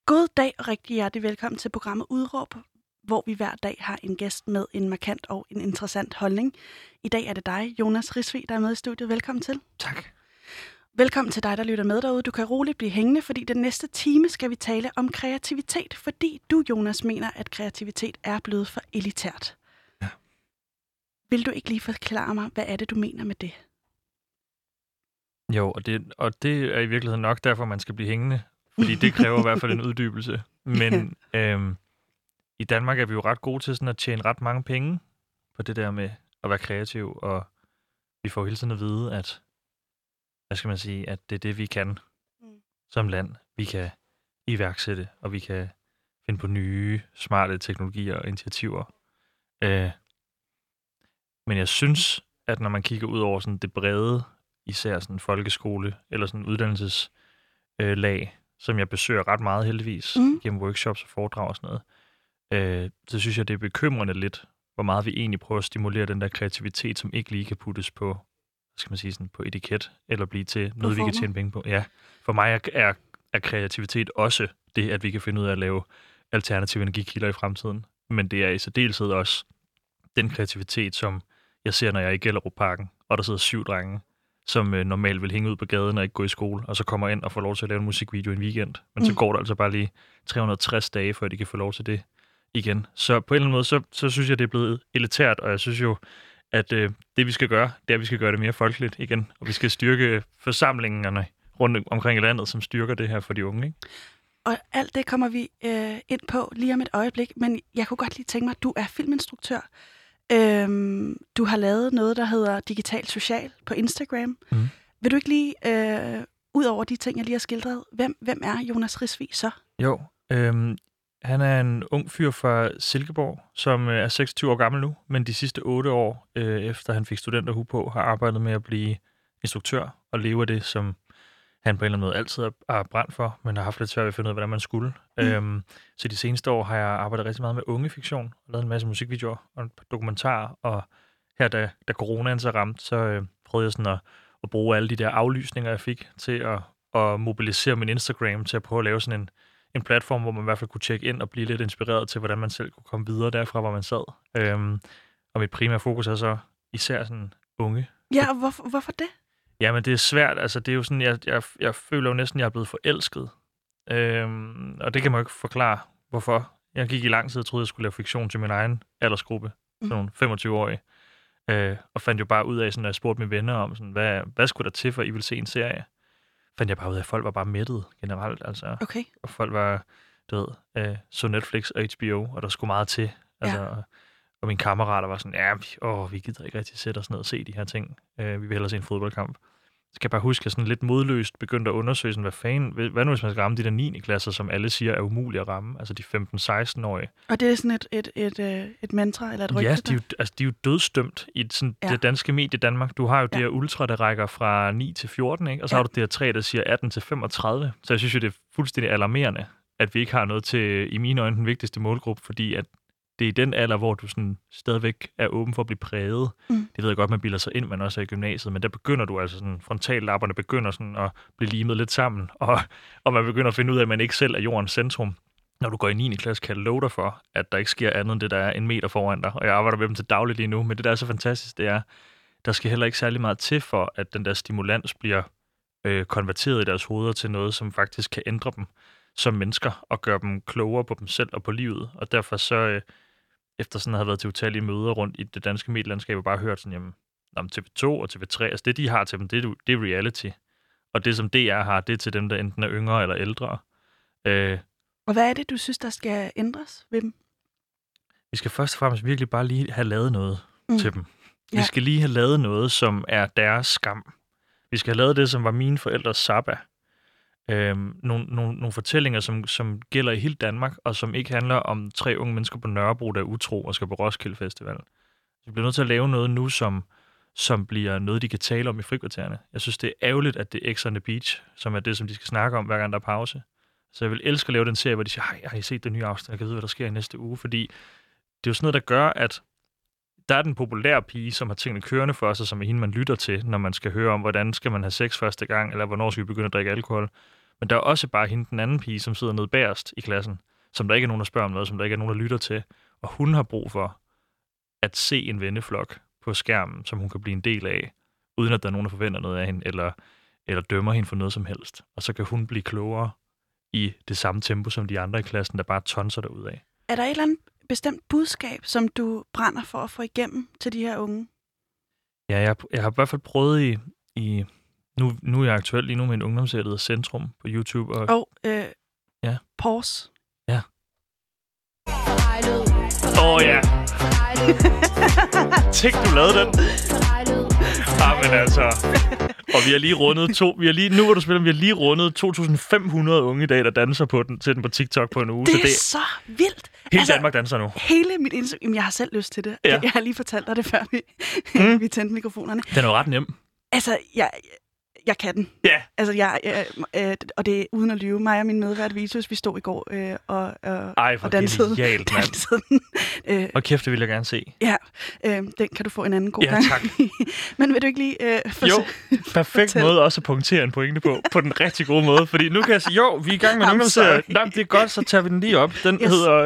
God dag og rigtig hjertelig velkommen til programmet Udråb, hvor vi hver dag har en gæst med en markant og en interessant holdning. I dag er det dig, Jonas Risvig, der er med i studiet. Velkommen til. Tak. Velkommen til dig, der lytter med derude. Du kan roligt blive hængende, fordi den næste time skal vi tale om kreativitet, fordi du, Jonas, mener, at kreativitet er blevet for elitært. Ja. Vil du ikke lige forklare mig, hvad er det, du mener med det? Jo, og det er i virkeligheden nok derfor, man skal blive hængende, fordi det kræver i hvert fald en uddybelse. Men i Danmark er vi jo ret gode til sådan at tjene ret mange penge på det der med at være kreativ, og vi får hele tiden at vide, at, hvad skal man sige, at det er det, vi kan som land. Vi kan iværksætte, og vi kan finde på nye, smarte teknologier og initiativer. Men jeg synes, at når man kigger ud over sådan det brede, især sådan folkeskole eller sådan uddannelseslag, som jeg besøger ret meget heldigvis, gennem workshops og foredrag og sådan noget, så synes jeg, det er bekymrende lidt, hvor meget vi egentlig prøver at stimulere den der kreativitet, som ikke lige kan puttes på, hvad skal man sige, sådan på etiket, eller blive til noget, vi kan tjene penge på. Ja, for mig er kreativitet også det, at vi kan finde ud af at lave alternative energikilder i fremtiden. Men det er i særdeleshed også den kreativitet, som jeg ser, når jeg er i Gellerupparken, og der sidder 7 drenge, som normalt vil hænge ud på gaden og ikke gå i skole, og så kommer ind og får lov til at lave en musikvideo en weekend. Men så går der altså bare lige 360 dage, før de kan få lov til det igen. Så på en eller anden måde, så synes jeg, det er blevet elitært, og jeg synes jo, at det vi skal gøre, det er, at vi skal gøre det mere folkeligt igen, og vi skal styrke forsamlingerne rundt omkring i landet, som styrker det her for de unge, ikke? Og alt det kommer vi ind på lige om et øjeblik, men jeg kunne godt lige tænke mig, at du er filminstruktør. Du har lavet noget, der hedder Digital Social på Instagram. Vil du ikke lige, ud over de ting, jeg lige har skildret, hvem er Jonas Risvig så? Jo, han er en ung fyr fra Silkeborg, som er 26 år gammel nu, men de sidste 8 år, efter han fik studenterhue på, har arbejdet med at blive instruktør og leve af det, som han på en eller anden måde altid har brændt for, men har haft lidt svært ved at finde ud af, hvordan man skulle. Så de seneste år har jeg arbejdet rigtig meget med ungefiktion, og lavet en masse musikvideoer og dokumentarer, og her, da coronaen så ramte, så prøvede jeg sådan at bruge alle de der aflysninger, jeg fik, til at mobilisere min Instagram, til at prøve at lave sådan en platform, hvor man i hvert fald kunne tjekke ind og blive lidt inspireret til, hvordan man selv kunne komme videre derfra, hvor man sad. Og mit primære fokus er så især sådan unge. Ja, og hvorfor det? Jamen, det er svært. Altså, det er jo sådan, jeg føler jo næsten, at jeg er blevet forelsket. Og det kan man jo ikke forklare, hvorfor. Jeg gik i lang tid og troede, jeg skulle lave fiktion til min egen aldersgruppe, sådan nogle 25-årige. Og fandt jo bare ud af, sådan, at jeg spurgte mine venner om, sådan, hvad skulle der til, for I ville se en serie? Fandt jeg bare ud af, at folk var bare mættet generelt. Altså. Okay. Og folk var, så Netflix og HBO, og der skulle meget til. Altså, ja. Og mine kammerater var sådan, vi gider ikke rigtig sætte os ned og se de her ting. Vi vil hellere se en fodboldkamp. Så kan jeg bare huske, at jeg sådan lidt modløst begyndte at undersøge, sådan, hvad nu hvis man skal ramme de der 9. klasser, som alle siger er umulige at ramme, altså de 15-16-årige. Og det er sådan et mantra eller et rygte? Ja, de er jo dødsdømt i sådan, det danske medie Danmark. Du har jo det her ultra, der rækker fra 9 til 14, ikke? Og så har du det her 3, der siger 18 til 35. Så jeg synes jo, det er fuldstændig alarmerende, at vi ikke har noget til, i mine øjne, den vigtigste målgruppe, fordi at det er i den alder, hvor du sådan stadigvæk er åben for at blive præget. Det ved jeg godt, man bilder sig ind, man også er i gymnasiet, men der begynder du altså sådan, frontallapperne begynder sådan at blive limet lidt sammen, og man begynder at finde ud af, at man ikke selv er jordens centrum. Når du går i 9. klasse, kan jeg love dig for, at der ikke sker andet end det, der er 1 meter foran dig. Og jeg arbejder med dem til dagligt lige nu, men det, der er så fantastisk, det er, der skal heller ikke særlig meget til for, at den der stimulans bliver konverteret i deres hoveder til noget, som faktisk kan ændre dem som mennesker, og gøre dem klogere på dem selv og på livet. Og derfor så efter sådan at have været til utallige møder rundt i det danske medielandskab, og bare hørt sådan, jamen, TV2 og TV3, altså det, de har til dem, det er reality. Og det, som DR har, det er til dem, der enten er yngre eller ældre. Og hvad er det, du synes, der skal ændres ved dem? Vi skal først og fremmest virkelig bare lige have lavet noget til dem. Vi skal lige have lavet noget, som er deres skam. Vi skal have lavet det, som var mine forældres sabba. Nogle fortællinger, som gælder i hele Danmark, og som ikke handler om 3 unge mennesker på Nørrebro, der er utro og skal på Roskilde Festival. Vi bliver nødt til at lave noget nu, som bliver noget, de kan tale om i frikvartererne. Jeg synes, det er ærgerligt, at det er X on the Beach, som er det, som de skal snakke om, hver gang der er pause. Så jeg vil elske at lave den serie, hvor de siger, har I set det nye afsnit? Jeg kan vide, hvad der sker i næste uge. Fordi det er jo sådan noget, der gør, at der er den populære pige, som har tingene kørende for sig, som er hende, man lytter til, når man skal høre om, hvordan skal man have sex første gang, eller hvornår skal vi begynde at drikke alkohol. Men der er også bare hende, den anden pige, som sidder nede bagerst i klassen, som der ikke er nogen, der spørger om noget, som der ikke er nogen, der lytter til. Og hun har brug for at se en venneflok på skærmen, som hun kan blive en del af, uden at der er nogen, der forventer noget af hende, eller dømmer hende for noget som helst. Og så kan hun blive klogere i det samme tempo, som de andre i klassen, der bare tonser derudad. Er der et eller andet bestemt budskab, som du brænder for at få igennem til de her unge? Ja, jeg har i hvert fald prøvet i nu er jeg aktuelt lige nu med en ungdomsserie, der hedder Centrum på YouTube. Ja. Pause. Ja. Ja. Tænk, du lavede den. Men altså. Og vi har lige rundet nu hvor du spiller, vi har lige rundet 2.500 unge i dag, der danser til den på TikTok på en uge. Det er så vildt. Hele Danmark danser nu. Hele mit Instagram. Jeg har selv lyst til det. Ja. Jeg har lige fortalt dig det, før vi tændte mikrofonerne. Den er jo ret nem. Altså, jeg kan den. Ja. Altså, og det er uden at lyve. Mig og min medvært Vitus, vi stod i går og dansede. Genialt, mand. Og kæft, det vil jeg gerne se. Ja, den kan du få en anden god gang. Ja, tak. Men vil du ikke lige perfekt måde også at punktere en pointe på den rigtig gode måde. Fordi nu kan jeg sige, vi er i gang med en ungdomsserie. Nej, det er godt, så tager vi den lige op. Den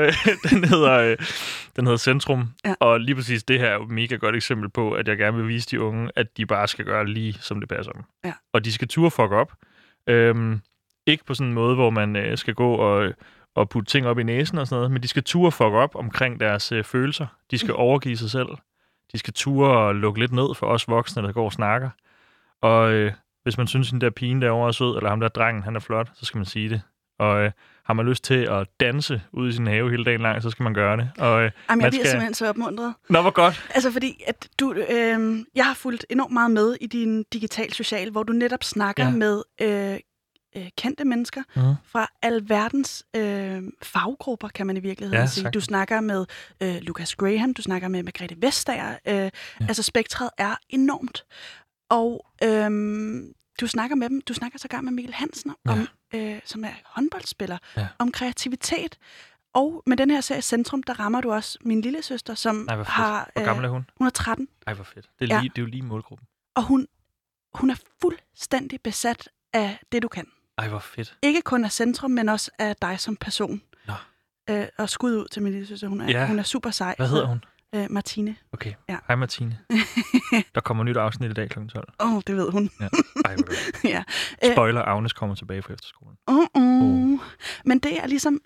hedder Centrum. Ja. Og lige præcis det her er jo et mega godt eksempel på, at jeg gerne vil vise de unge, at de bare skal gøre lige, som det passer dem. Ja. Og de skal turde fuck op. Ikke på sådan en måde, hvor man skal gå og putte ting op i næsen og sådan noget, men de skal turde fuck op omkring deres følelser. De skal overgive sig selv. De skal turde lukke lidt ned for os voksne, der går og snakker. Og hvis man synes, den der pigen derovre er sød, eller ham der drengen, han er flot, så skal man sige det. Og har man lyst til at danse ude i sin have hele dagen lang, så skal man gøre det. Og, jeg bliver simpelthen så opmuntret. Nå, hvor godt. Altså fordi, at jeg har fulgt enormt meget med i din digital social, hvor du netop snakker med kendte mennesker fra alverdens faggrupper, kan man i virkeligheden sige. Du snakker med Lucas Graham, du snakker med Margrethe Vestager. Altså spektret er enormt. Og du snakker med dem. Du snakker sågar med Mikkel Hansen om som er håndboldspiller, om kreativitet. Og med den her serie Centrum, der rammer du også min lillesøster, som har... Hvor gammel er hun? Hun er 13. Ej, hvor fedt. Det er jo lige målgruppen. Og hun er fuldstændig besat af det, du kan. Ej, hvor fedt. Ikke kun af Centrum, men også af dig som person. Nå. Og skud ud til min lillesøster. Hun er super sej. Hvad hedder hun? Martine. Okay. Ja. Hej Martine. Der kommer nyt afsnit i dag kl. 12. Det ved hun. Ja. Ej, hvor godt. Spoiler, Agnes kommer tilbage fra efterskolen. Men det er ligesom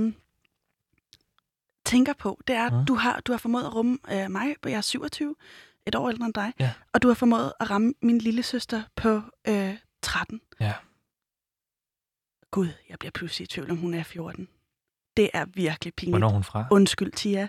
tænker på, det er, at du har formået at rumme mig, jeg er 27, et år ældre end dig, og du har formået at ramme min lillesøster på 13. Ja. Gud, jeg bliver pludselig i tvivl, om hun er 14. Det er virkelig pinligt. Hvornår er hun fra? Undskyld, Tia.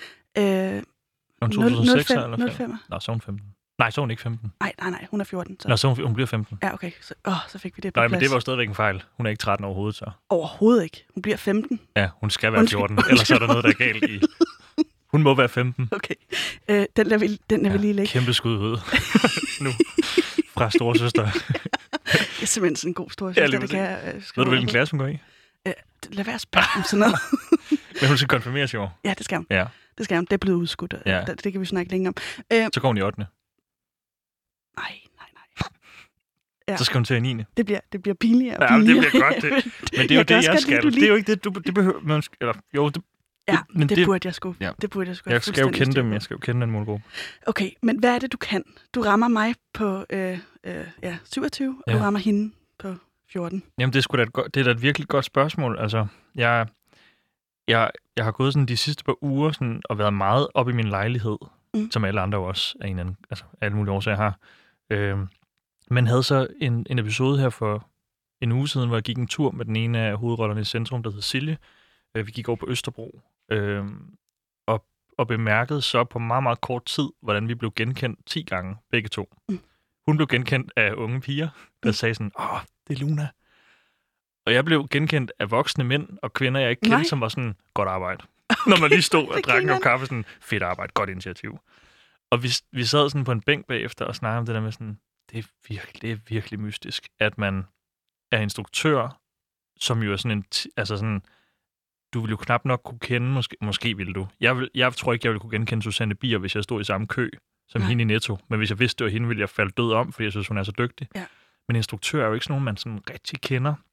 2006 eller 05. Nå, så er hun 15. Nej, så er hun ikke 15. Nej, hun er 14. Så. Nå, så hun bliver 15. Ja, okay. Så fik vi det på plads. Men det var jo stadigvæk en fejl. Hun er ikke 13 overhovedet, så. Overhovedet ikke. Hun bliver 15. Ja, hun skal være 14, ellers er der noget, der er galt i. Hun må være 15. Okay. Den er vi lige lægge. Kæmpe skud ud. Nu. Fra storesøster. Det er simpelthen sådan en god storesøster. Det kan ved du, hvilken klasse hun går i? Lad være at spørge om sådan noget. Men hun skal konfirmeres i år. Ja, det skal hun. Ja. Det skal hun. Det er blevet udskudt. Ja. Det kan vi snakke længere om. Så går hun i 8. Nej. Ja. Så skal hun til i 9. Det bliver pinligere. Ja, det bliver godt. Men det er jo det, jeg skal. Det er jo ikke det behøver man. Eller, jo, det, det burde jeg sgu. Ja. Det burde jeg sgu. Jeg skal jo kende dem. Jeg skal jo kende den målgruppe. Okay, men hvad er det, du kan? Du rammer mig på 27, og du rammer hende på 14. Jamen, det er da et virkelig godt spørgsmål. Altså, jeg har gået sådan de sidste par uger sådan, og været meget op i min lejlighed, som alle andre også af en anden, altså alle mulige årsager har. Men havde så en episode her for en uge siden, hvor jeg gik en tur med den ene af hovedrollerne i Centrum, der hed Silje. Vi gik over på Østerbro, og bemærkede så på meget, meget kort tid, hvordan vi blev genkendt 10 gange, begge to. Hun blev genkendt af unge piger, der sagde sådan, det er Luna. Og jeg blev genkendt af voksne mænd og kvinder, jeg ikke kendte, som var sådan, godt arbejde. Okay, når man lige stod og drak en kaffe, sådan, fedt arbejde, godt initiativ. Og vi sad sådan på en bænk bagefter og snakkede om det der med sådan, det er virkelig mystisk, at man er instruktør, som jo er sådan en, du ville jo knap nok kunne kende, måske ville du. Jeg tror ikke, jeg ville kunne genkende Susanne Bier, hvis jeg stod i samme kø som hende i Netto. Men hvis jeg vidste, det var hende, ville jeg falde død om, fordi jeg synes, hun er så dygtig. Ja. Men instruktør er jo ikke sådan nogen, man sådan rigtig kender.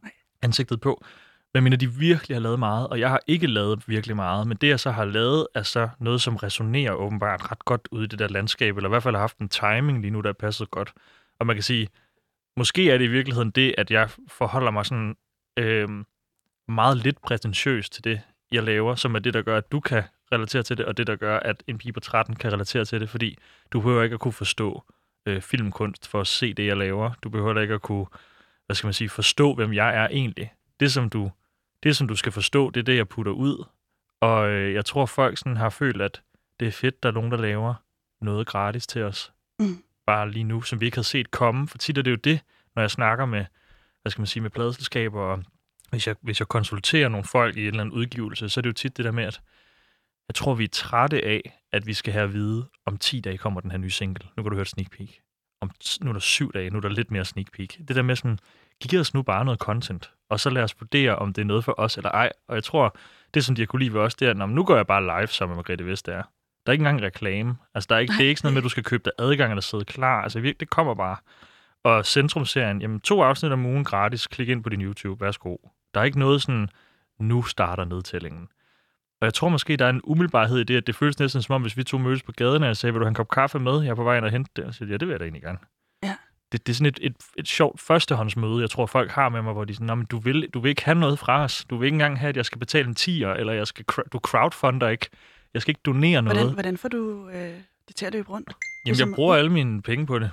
ansigtet på. Men mener, de virkelig har lavet meget, og jeg har ikke lavet virkelig meget, men det, jeg så har lavet, er så noget, som resonerer åbenbart ret godt ude i det der landskab, eller i hvert fald har haft en timing lige nu, der er passet godt. Og man kan sige, måske er det i virkeligheden det, at jeg forholder mig sådan meget lidt prætentiøst til det, jeg laver, som er det, der gør, at du kan relatere til det, og det, der gør, at en pige på 13 kan relatere til det, fordi du behøver ikke at kunne forstå filmkunst for at se det, jeg laver. Du behøver ikke at kunne, forstå, hvem jeg er egentlig. Det, som du skal forstå, det er det, jeg putter ud. Og jeg tror, folk sådan har følt, at det er fedt, der er nogen, der laver noget gratis til os. Bare lige nu, som vi ikke havde set komme. For tit er det jo det, når jeg snakker med, med pladeselskaber, og hvis jeg konsulterer nogle folk i en eller anden udgivelse, så er det jo tit det der med, at jeg tror, vi er trætte af, at vi skal have at vide, om 10 dage kommer den her nye single. Nu kan du høre et sneak peek. Nu er der 7 dage, nu er der lidt mere sneak peek. Det der med sådan, giv os nu bare noget content, og så lad os vurdere, om det er noget for os eller ej. Og jeg tror, det som de har kunne lide ved os, det er, nu går jeg bare live, som Margrethe Vestager. Der er ikke engang reklame. Altså, det er ikke sådan noget med, at du skal købe dig adgang eller sidde klar. Altså, det kommer bare. Og Centrum-serien, jamen 2 afsnit om ugen gratis. Klik ind på din YouTube. Værsgo. Der er ikke noget sådan, nu starter nedtællingen. Og jeg tror måske, der er en umiddelbarhed i det, at det føles næsten som om, hvis vi to mødes på gaden, og jeg sagde, vil du have en kop kaffe med? Jeg er på vej ind og hente det. Og siger, ja, det vil jeg da egentlig gerne. Ja. Det er sådan et sjovt førstehåndsmøde, jeg tror, folk har med mig, hvor de sådan, men du vil ikke have noget fra os. Du vil ikke engang have, at jeg skal betale en 10'er, eller du crowdfunder ikke. Jeg skal ikke donere noget. Hvordan får du det til at løbe rundt? Jamen, jeg bruger alle mine penge på det.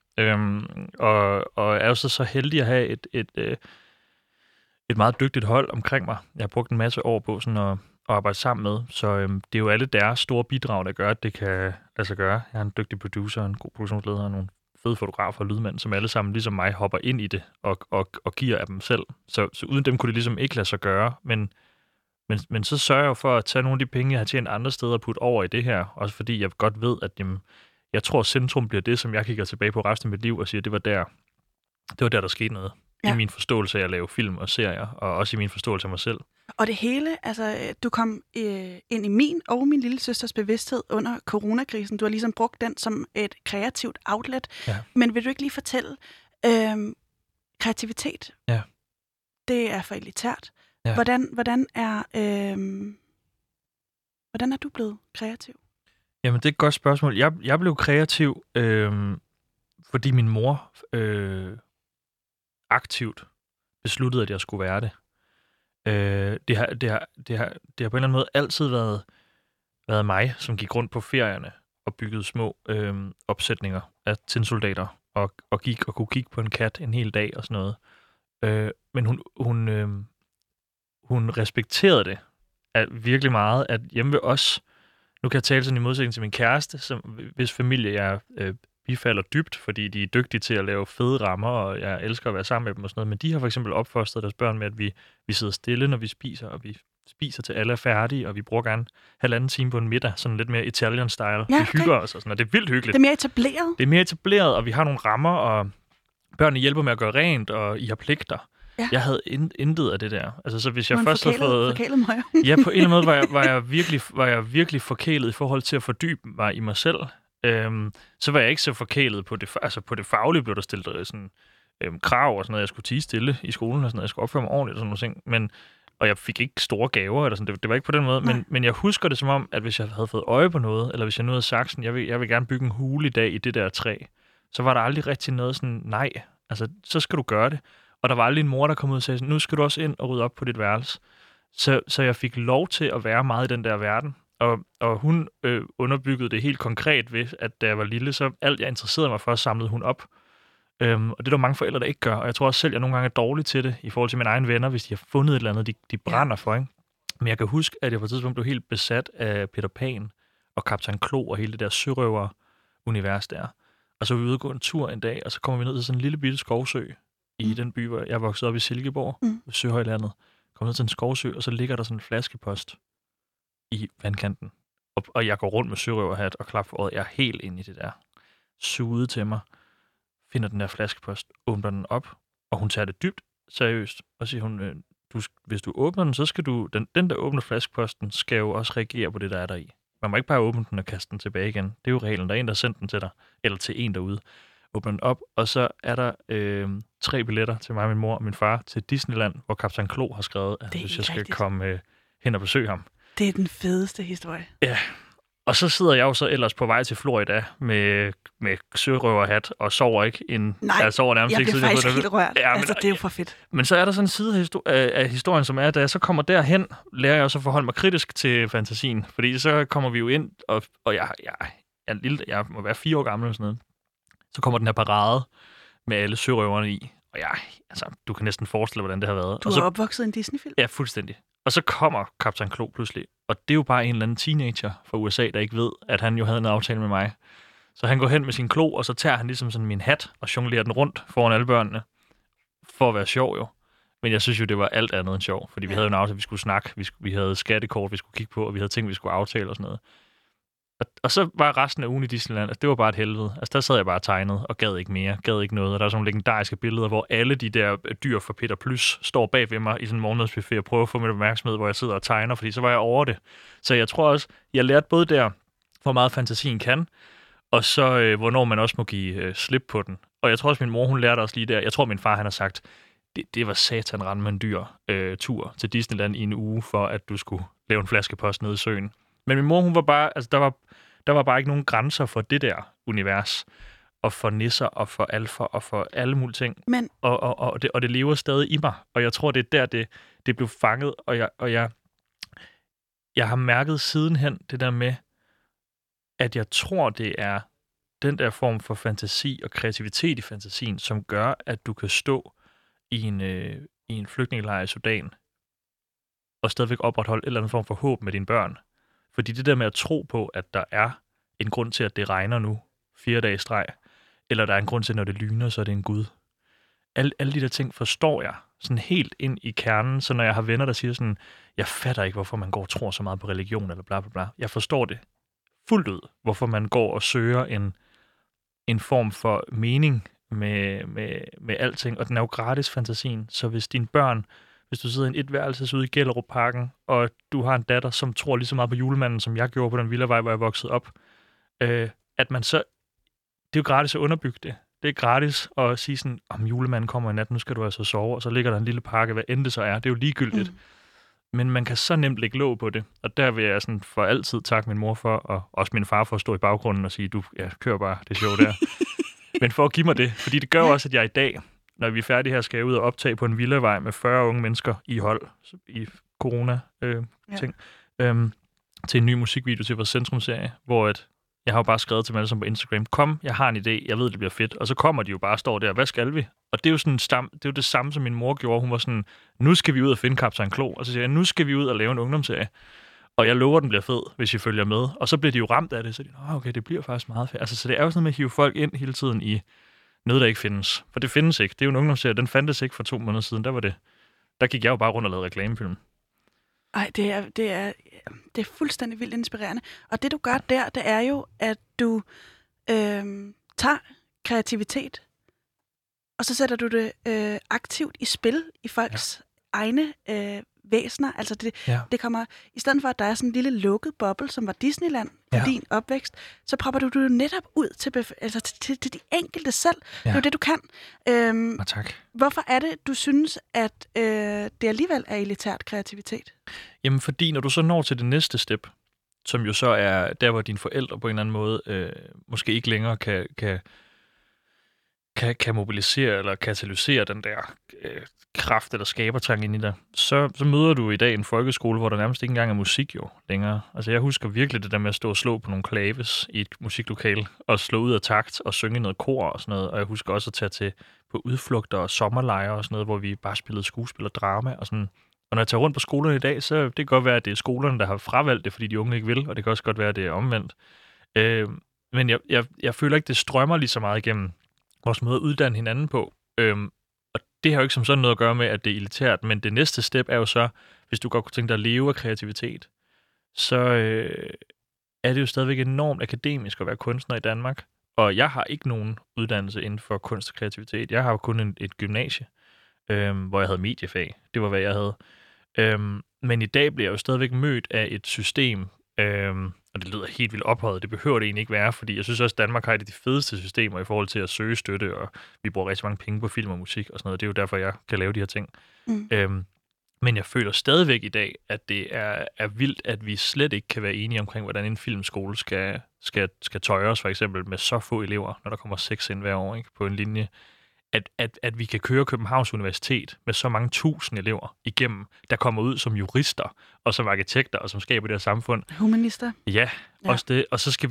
Og er jo så heldig at have et meget dygtigt hold omkring mig. Jeg har brugt en masse år på sådan at arbejde sammen med, så det er jo alle deres store bidrag, der gør, at det kan lade sig gøre. Jeg har en dygtig producer, en god produktionsleder og nogle fede fotografer og lydmænd, som alle sammen ligesom mig hopper ind i det og giver af dem selv. Så uden dem kunne det ligesom ikke lade sig gøre, men så sørger jeg jo for at tage nogle af de penge, jeg har tjent andre steder og putte over i det her, også fordi jeg godt ved, at jeg tror, at Centrum bliver det, som jeg kigger tilbage på resten af mit liv og siger, det var der skete noget. Ja. I min forståelse af at lave film og serier, og også i min forståelse af mig selv. Og det hele, altså du kom ind i min og min lille søsters bevidsthed under coronakrisen. Du har ligesom brugt den som et kreativt outlet. Ja. Men vil du ikke lige fortælle, kreativitet, det er for elitært. Ja. Hvordan er du blevet kreativ? Jamen, det er et godt spørgsmål. Jeg blev kreativ, fordi min mor aktivt besluttede, at jeg skulle være det. Det har på en eller anden måde altid været mig, som gik rundt på ferierne og byggede små opsætninger af tinsoldater og gik og kunne kigge på en kat en hel dag og sådan noget. Men hun respekterede det virkelig meget, at hjemme ved os, nu kan jeg tale sådan i modsætning til min kæreste, hvis familie jeg bifalder dybt, fordi de er dygtige til at lave fede rammer, og jeg elsker at være sammen med dem og sådan noget, men de har for eksempel opfostret deres børn med, at vi sidder stille, når vi spiser, og vi spiser til alle er færdige, og vi bruger gerne 1,5 time på en middag, sådan lidt mere Italian-style. Ja, okay. Vi hygger os og sådan, og det er vildt hyggeligt. Det er mere etableret? Det er mere etableret, og vi har nogle rammer, og børnene hjælper med at gøre rent, og I har pligter. Ja. Jeg havde intet af det der. Altså, så hvis jeg først havde fået... Ja, på en eller anden måde var jeg virkelig forkælet i forhold til at fordybe mig i mig selv. Så var jeg ikke så forkælet på det, altså på det faglige blev der stillet sådan krav og sådan noget, jeg skulle tie stille i skolen og sådan noget, jeg skulle opføre mig ordentligt og sådan nogle ting, og jeg fik ikke store gaver eller sådan, det var ikke på den måde, men jeg husker det som om, at hvis jeg havde fået øje på noget, eller hvis jeg nu havde sagt sådan, jeg vil gerne bygge en hule i dag i det der træ, så var der aldrig rigtig noget sådan, nej, altså så skal du gøre det, og der var aldrig en mor, der kom ud og sagde sådan, nu skal du også ind og rydde op på dit værelse, så jeg fik lov til at være meget i den der verden. Og hun underbyggede det helt konkret ved, at da jeg var lille, så alt jeg interesserede mig for, samlede hun op. Og det er der mange forældre, der ikke gør. Og jeg tror også selv, at jeg nogle gange er dårlig til det, i forhold til mine egne venner, hvis de har fundet et eller andet, de brænder for. Ikke? Men jeg kan huske, at jeg på et tidspunkt blev helt besat af Peter Pan og Kaptajn Klo og hele det der sørøver-univers der. Og så var vi ude og gå en tur en dag, og så kommer vi ned til sådan en lille bitte skovsø i den by, hvor jeg voksede op i Silkeborg, Søhøjlandet. Kommer ned til en skovsø, og så ligger der sådan en flaskepost i vandkanten. Og jeg går rundt med sørøverhat og klap for øjet. Jeg er helt inde i det der. Suget til mig. Finder den der flaskepost. Åbner den op. Og hun tager det dybt seriøst. Og siger hun, hvis du åbner den, så skal du... Den der åbner flaskeposten, skal jo også reagere på det, der er der i. Man må ikke bare åbne den og kaste den tilbage igen. Det er jo reglen. Der er en, der har sendt den til dig. Eller til en derude. åbner den op, og så er der 3 billetter til mig, min mor og min far til Disneyland, hvor Kaptajn Klo har skrevet, at hvis jeg skal komme hen og besøge ham. Det er den fedeste historie. Ja, og så sidder jeg jo så ellers på vej til Florida med sørøverhat og sover ikke en... Nej, jeg bliver faktisk helt rørt. Ja, altså, det er jo for fedt. Men så er der sådan en side af historien, som er, da jeg så kommer derhen, lærer jeg også at forholde mig kritisk til fantasien. Fordi så kommer vi jo ind, og jeg må være 4 år gammel eller sådan noget. Så kommer den her parade med alle sørøverne i. Og du kan næsten forestille, hvordan det har været. Du er opvokset i en Disney-film? Ja, fuldstændig. Og så kommer Kaptajn Klo pludselig. Og det er jo bare en eller anden teenager fra USA, der ikke ved, at han jo havde en aftale med mig. Så han går hen med sin klo, og så tager han ligesom sådan min hat og jonglerer den rundt foran alle børnene. For at være sjov jo. Men jeg synes jo, det var alt andet end sjov. Fordi vi havde jo en aftale, vi skulle snakke. Vi havde skattekort, vi skulle kigge på, og vi havde ting, vi skulle aftale og sådan noget. Og så var resten af ugen i Disneyland, altså det var bare et helvede. Altså der sad jeg bare og tegnede, og gad ikke mere, gad ikke noget. Og der er sådan nogle legendariske billeder, hvor alle de der dyr fra Peter Plys står bag ved mig i sådan en morgenmadsbuffet og prøver at få mit opmærksomhed, hvor jeg sidder og tegner, fordi så var jeg over det. Så jeg tror også, jeg lærte både der, hvor meget fantasien kan, og så hvornår man også må give slip på den. Og jeg tror også, min mor, hun lærte også lige der. Jeg tror, min far, han har sagt, det var satan rende med en dyr tur til Disneyland i en uge, for at du skulle lave en flaskepost nede i søen. Men min mor, hun var bare, altså der var bare ikke nogen grænser for det der univers, og for nisser, og for alfer, og for alle mulige ting. Men... Og det lever stadig i mig, og jeg tror, det er der, det blev fanget, og jeg har mærket sidenhen det der med, at jeg tror, det er den der form for fantasi og kreativitet i fantasien, som gør, at du kan stå i en flygtningelejr i Sudan, og stadigvæk opretholde en eller anden form for håb med dine børn. Fordi det der med at tro på, at der er en grund til, at det regner nu 4 dage i streg, eller der er en grund til, når det lyner, så er det en gud. Alle de der ting forstår jeg sådan helt ind i kernen, så når jeg har venner, der siger sådan, jeg fatter ikke, hvorfor man går og tror så meget på religion, eller bla bla bla. Jeg forstår det fuldt ud, hvorfor man går og søger en form for mening med alting, og den er jo gratis fantasien, så hvis dine børn, hvis du sidder i en etværelses ude i Gellerupparken, og du har en datter, som tror lige så meget på julemanden, som jeg gjorde på den villavej, hvor jeg voksede op, at man så... Det er jo gratis at underbygge det. Det er gratis at sige sådan, om julemanden kommer i nat, nu skal du altså sove, og så ligger der en lille pakke, hvad end det så er. Det er jo ligegyldigt. Men man kan så nemt lægge låg på det. Og der vil jeg sådan for altid takke min mor for, og også min far for at stå i baggrunden og sige, kør bare det show der. Men for at give mig det, fordi det gør også, at jeg i dag, når vi er færdige her, skal jeg ud og optage på en villavej med 40 unge mennesker i hold, i corona-ting, til en ny musikvideo til vores centrumserie, hvor jeg har jo bare skrevet til dem alle sammen på Instagram, kom, jeg har en idé, jeg ved, det bliver fedt. Og så kommer de jo bare og står der, hvad skal vi? Og det er jo sådan det er jo det samme, som min mor gjorde. Hun var sådan, nu skal vi ud og finde Kaptajn Klo. Og så siger jeg, nu skal vi ud og lave en ungdomsserie. Og jeg lover, den bliver fed, hvis I følger med. Og så bliver de jo ramt af det, så okay, det bliver faktisk meget fedt. Altså, så det er jo sådan med at hive folk ind hele tiden i noget, der ikke findes. For det findes ikke. Det er jo en ungdomsserie, den fandtes ikke for 2 måneder siden. Der gik jeg jo bare rundt og lavede reklamefilm. Ej, det er fuldstændig vildt inspirerende. Og det, du gør der, det er jo, at du tager kreativitet, og så sætter du det aktivt i spil i folks egne væsener. Altså det kommer, i stedet for, at der er sådan en lille lukket boble, som var Disneyland for din opvækst, så propper du det netop ud til de enkelte selv. Det er jo det, du kan. Tak. Hvorfor er det, du synes, at det alligevel er elitært kreativitet? Jamen, fordi når du så når til det næste step, som jo så er der, hvor dine forældre på en eller anden måde måske ikke længere kan mobilisere eller katalysere den der kraft eller skabertrang ind i dig, så møder du i dag en folkeskole, hvor der nærmest ikke engang er musik jo længere. Altså jeg husker virkelig det der med at stå og slå på nogle klaves i et musiklokale, og slå ud af takt og synge noget kor og sådan noget. Og jeg husker også at tage på udflugter og sommerlejre og sådan noget, hvor vi bare spillede skuespil og drama og sådan. Og når jeg tager rundt på skolerne i dag, så det kan godt være, at det er skolerne, der har fravalgt det, fordi de unge ikke vil, og det kan også godt være, at det er omvendt. Men jeg føler ikke, det strømmer lige så meget igennem vores måde at uddanne hinanden på. Og det har jo ikke som sådan noget at gøre med, at det er elitært, men det næste step er jo så, hvis du godt kunne tænke dig at leve af kreativitet, så er det jo stadigvæk enormt akademisk at være kunstner i Danmark. Og jeg har ikke nogen uddannelse inden for kunst og kreativitet. Jeg har jo kun et gymnasie, hvor jeg havde mediefag. Det var, hvad jeg havde. Men i dag bliver jeg jo stadigvæk mødt af et system, og det lyder helt vildt ophøjet, det behøver det egentlig ikke være, fordi jeg synes også, at Danmark har et af de fedeste systemer i forhold til at søge støtte, og vi bruger rigtig mange penge på film og musik og sådan noget. Det er jo derfor, jeg kan lave de her ting. Men jeg føler stadigvæk i dag, at det er vildt, at vi slet ikke kan være enige omkring, hvordan en filmskole skal tøjres, for eksempel med så få elever, når der kommer 6 ind hver år, ikke, på en linje. At vi kan køre Københavns Universitet med så mange tusind elever igennem, der kommer ud som jurister, og som arkitekter, og som skaber det her samfund. Humanister. Ja, også det. Og så skal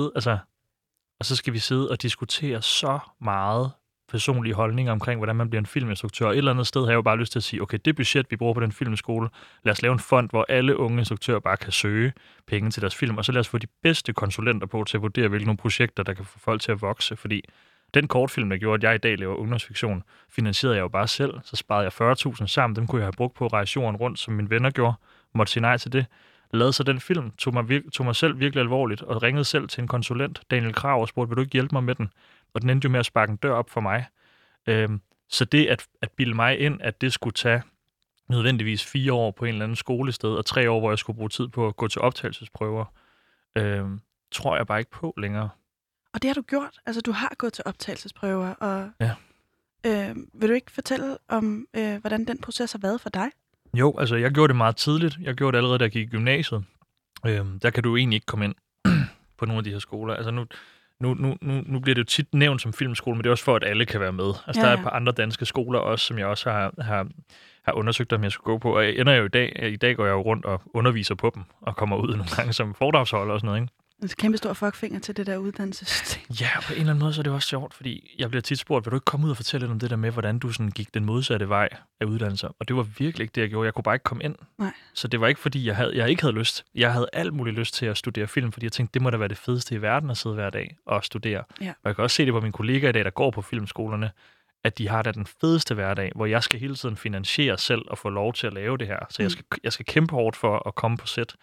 vi sidde, og diskutere så meget personlige holdninger omkring, hvordan man bliver en filminstruktør. Og et eller andet sted har jeg jo bare lyst til at sige, okay, det budget, vi bruger på den filmskole, lad os lave en fond, hvor alle unge instruktører bare kan søge penge til deres film, og så lad os få de bedste konsulenter på til at vurdere, hvilke nogle projekter, der kan få folk til at vokse, fordi den kortfilm, der gjorde, at jeg i dag laver ungdomsfiktion, finansierede jeg jo bare selv. Så sparede jeg 40.000 sammen. Dem kunne jeg have brugt på at rejse jorden rundt, som mine venner gjorde. Måtte sige nej til det. Lavede så den film, tog mig selv virkelig alvorligt, og ringede selv til en konsulent, Daniel Krag, og spurgte, vil du ikke hjælpe mig med den? Og den endte jo med at sparke en dør op for mig. Så det at bilde mig ind, at det skulle tage nødvendigvis 4 år på en eller anden skolested, og 3 år, hvor jeg skulle bruge tid på at gå til optagelsesprøver, tror jeg bare ikke på længere. Og det har du gjort. Altså, du har gået til optagelsesprøver, og vil du ikke fortælle om, hvordan den proces har været for dig? Jo, altså, jeg gjorde det meget tidligt. Jeg gjorde det allerede, da jeg gik i gymnasiet. Der kan du egentlig ikke komme ind på nogle af de her skoler. Altså, nu bliver det jo tit nævnt som filmskole, men det er også for, at alle kan være med. Altså, der er et par andre danske skoler også, som jeg også har undersøgt, om jeg skulle gå på. Og jeg ender jo i dag går jeg jo rundt og underviser på dem, og kommer ud nogle gange som foredragsholder og sådan noget, ikke? En kæmpe stor fuckfinger til det der uddannelsessystem. Ja, på en eller anden måde så er det også sjovt, fordi jeg bliver tit spurgt, vil du ikke komme ud og fortælle lidt om det der med, hvordan du sådan gik den modsatte vej af uddannelser? Og det var virkelig ikke det, jeg gjorde. Jeg kunne bare ikke komme ind. Nej. Så det var ikke, fordi jeg ikke havde lyst. Jeg havde alt muligt lyst til at studere film, fordi jeg tænkte, det må da være det fedeste i verden at sidde hver dag og studere. Ja. Og jeg kan også se det på mine kollegaer i dag, der går på filmskolerne, at de har da den fedeste hverdag, hvor jeg skal hele tiden finansiere selv og få lov til at lave det her. Så jeg skal kæmpe hårdt for at komme på sæt.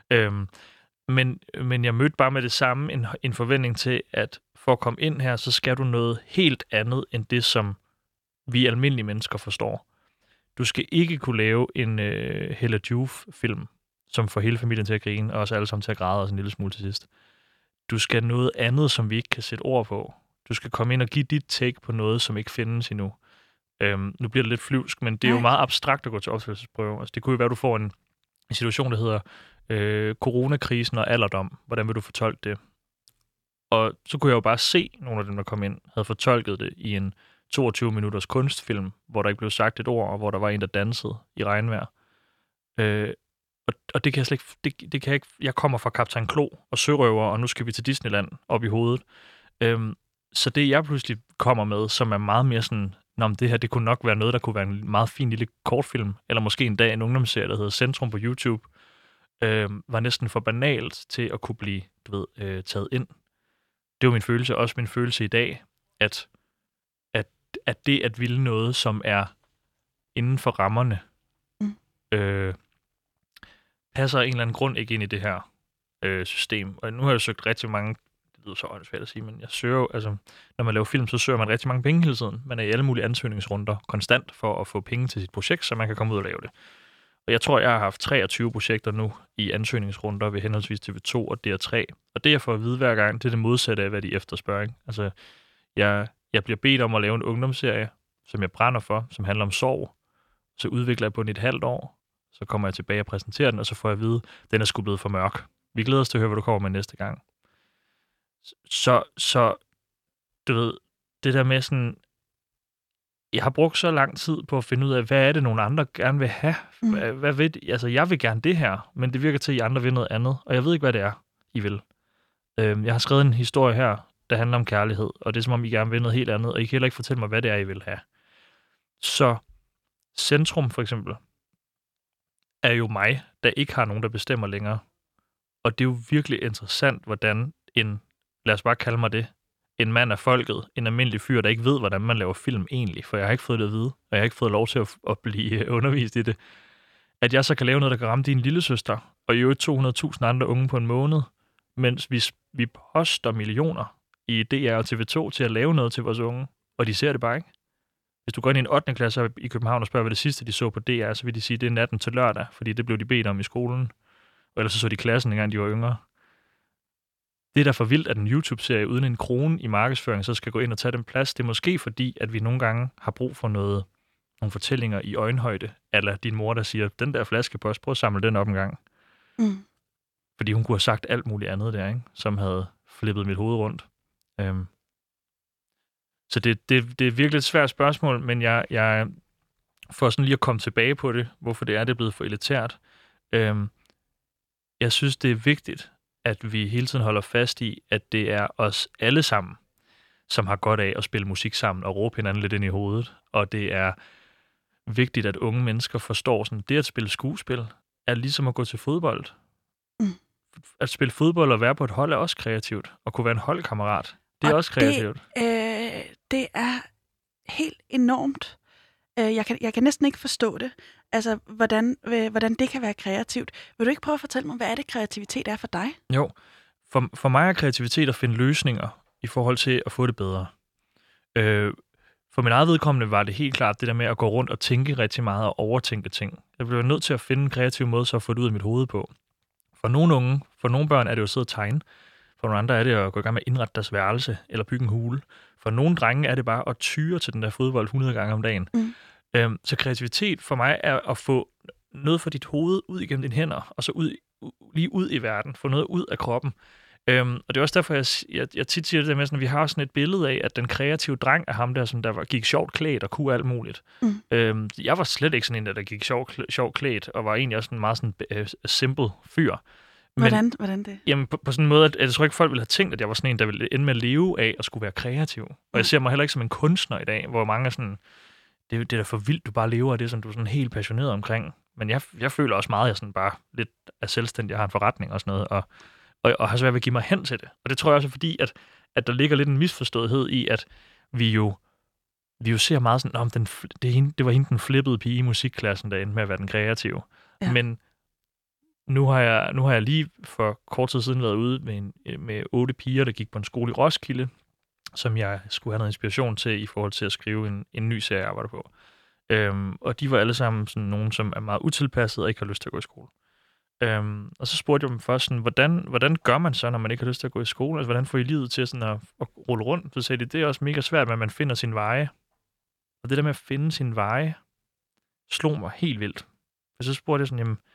Men jeg mødte bare med det samme en forventning til, at for at komme ind her, så skal du noget helt andet end det, som vi almindelige mennesker forstår. Du skal ikke kunne lave en Hella Juf-film, som får hele familien til at grine, og os alle sammen til at græde også en lille smule til sidst. Du skal noget andet, som vi ikke kan sætte ord på. Du skal komme ind og give dit take på noget, som ikke findes endnu. Nu bliver det lidt flyvsk, men det er jo meget abstrakt at gå til opførselsprøve. Altså, det kunne jo være, at du får en situation, der hedder coronakrisen og alderdom. Hvordan vil du fortolke det? Og så kunne jeg jo bare se, nogle af dem, der kom ind, havde fortolket det i en 22-minutters kunstfilm, hvor der ikke blev sagt et ord, og hvor der var en, der dansede i regnvejr. Og det kan jeg slet ikke... Det kan jeg ikke. Jeg kommer fra Kaptajn Klo og Sørøver, og nu skal vi til Disneyland op i hovedet. Så det, jeg pludselig kommer med, som er meget mere sådan, det her, det kunne nok være noget, der kunne være en meget fin lille kortfilm, eller måske en dag en ungdomsserie, der hedder Centrum på YouTube, var næsten for banalt til at kunne blive, taget ind. Det var min følelse, også min følelse i dag, at det at ville noget, som er inden for rammerne, passer af en eller anden grund ikke ind i det her system. Og nu har jeg søgt rigtig mange, det lyder så åndssvagt at sige, men jeg søger jo, altså, når man laver film, så søger man rigtig mange penge hele tiden. Man er i alle mulige ansøgningsrunder konstant for at få penge til sit projekt, så man kan komme ud og lave det. Og jeg tror, jeg har haft 23 projekter nu i ansøgningsrunder ved henholdsvis TV2 og DR3. Og det, jeg får at vide hver gang, det er det modsatte af, hvad de efterspørger. Ikke? Altså, jeg bliver bedt om at lave en ungdomsserie, som jeg brænder for, som handler om sorg. Så udvikler jeg på den i et halvt år. Så kommer jeg tilbage og præsenterer den, og så får jeg at vide, at den er sgu blevet for mørk. Vi glæder os til at høre, hvad du kommer med næste gang. Så du ved, det der med sådan... Jeg har brugt så lang tid på at finde ud af, hvad er det, nogle andre gerne vil have? Hvad ved de? Altså, jeg vil gerne det her, men det virker til, at I andre vil noget andet. Og jeg ved ikke, hvad det er, I vil. Jeg har skrevet en historie her, der handler om kærlighed, og det er som om, I gerne vil noget helt andet, og I kan heller ikke fortælle mig, hvad det er, I vil have. Så Centrum, for eksempel, er jo mig, der ikke har nogen, der bestemmer længere. Og det er jo virkelig interessant, hvordan lad os bare kalde mig det, en mand af folket, en almindelig fyr, der ikke ved, hvordan man laver film egentlig, for jeg har ikke fået det at vide, og jeg har ikke fået lov til at blive undervist i det, at jeg så kan lave noget, der kan ramme din lillesøster, og i øvrigt 200.000 andre unge på en måned, mens vi poster millioner i DR og TV2 til at lave noget til vores unge, og de ser det bare ikke. Hvis du går ind i en 8. klasse i København og spørger, hvad det sidste, de så på DR, så vil de sige, det er natten til lørdag, fordi det blev de bedt om i skolen, og ellers så de klassen, engang de var yngre. Det er da for vildt, at en YouTube-serie uden en krone i markedsføring, så skal gå ind og tage den plads. Det er måske fordi, at vi nogle gange har brug for nogle fortællinger i øjenhøjde, eller din mor, der siger, den der flaskepost, prøv at samle den op en gang. Mm. Fordi hun kunne have sagt alt muligt andet der, ikke? Som havde flippet mit hoved rundt. Så det er virkelig et svært spørgsmål, men jeg for sådan lige at komme tilbage på det, hvorfor det er blevet for elitært. Jeg synes, det er vigtigt, at vi hele tiden holder fast i, at det er os alle sammen, som har godt af at spille musik sammen og råbe hinanden lidt ind i hovedet. Og det er vigtigt, at unge mennesker forstår, sådan, det at spille skuespil er ligesom at gå til fodbold. Mm. At spille fodbold og være på et hold er også kreativt. Og kunne være en holdkammerat, det er også kreativt. Det er helt enormt. Jeg kan næsten ikke forstå det. Altså, hvordan det kan være kreativt. Vil du ikke prøve at fortælle mig, hvad er det kreativitet er for dig? Jo, for mig er kreativitet at finde løsninger i forhold til at få det bedre. For min eget vedkommende var det helt klart det der med at gå rundt og tænke rigtig meget og overtænke ting. Jeg blev nødt til at finde en kreativ måde så at få det ud af mit hoved på. For nogle børn er det jo at sidde og tegne. For nogle andre er det at gå i gang med at indrette deres værelse eller bygge en hule. For nogle drenge er det bare at tyre til den der fodbold 100 gange om dagen. Mm. Så kreativitet for mig er at få noget fra dit hoved ud igennem dine hænder, og så lige ud i verden, få noget ud af kroppen. Og det er også derfor, jeg tit siger det der med, at vi har sådan et billede af, at den kreative dreng er ham der, som gik sjovt klædt og kunne alt muligt. Mm. Jeg var slet ikke sådan en, der gik sjovt klædt, og var egentlig også en meget sådan simple fyr. Men, hvordan det? Jamen, på sådan en måde, at jeg tror ikke, folk ville have tænkt, at jeg var sådan en, der ville ende med at leve af at skulle være kreativ. Og jeg ser mig heller ikke som en kunstner i dag, hvor mange er sådan, det er da for vildt, du bare lever af det, som du er sådan helt passioneret omkring. Men jeg føler også meget, at jeg sådan bare lidt er selvstændig, jeg har en forretning og sådan noget, og har svært ved at give mig hen til det. Og det tror jeg også er fordi, at der ligger lidt en misforståethed i, at vi jo ser meget sådan, det var hende den flippede pige i musikklassen, der endte med at være den kreative. Ja. Men nu har jeg lige for kort tid siden været ude med 8 piger, der gik på en skole i Roskilde, som jeg skulle have noget inspiration til i forhold til at skrive en ny serie, jeg arbejder på. Og de var alle sammen sådan nogen, som er meget utilpasset og ikke har lyst til at gå i skole. Og så spurgte jeg dem først, sådan, hvordan gør man så, når man ikke har lyst til at gå i skole? Altså, hvordan får I livet til sådan at rulle rundt? Så sagde de, det er også mega svært, at man finder sin veje. Og det der med at finde sin veje, slog mig helt vildt. Og så spurgte jeg sådan, jamen,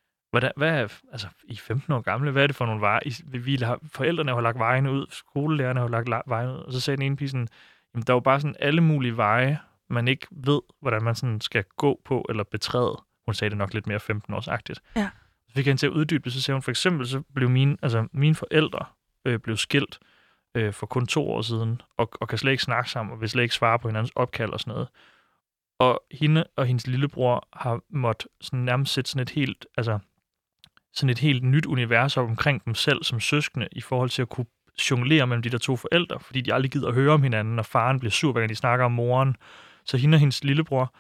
altså, I er 15 år gamle, hvad er det for nogle veje? Forældrene har lagt vejene ud, skolelærerne har lagt vejene ud, og så sagde den ene pige sådan, jamen, der er jo bare sådan alle mulige veje, man ikke ved, hvordan man sådan skal gå på eller betræde. Hun sagde det nok lidt mere 15-årsagtigt. Ja. Så fik jeg hende til at uddybe, så sagde hun for eksempel, så blev mine forældre blev skilt for kun 2 år siden, og kan slet ikke snakke sammen, og vil slet ikke svare på hinandens opkald og sådan noget. Og hende og hendes lillebror har måttet sådan nærmest sætte sådan et helt nyt univers op omkring dem selv som søskende, i forhold til at kunne jonglere mellem de der 2 forældre, fordi de aldrig gider at høre om hinanden, og faren bliver sur, hver gang de snakker om moren. Så hende og hendes lillebror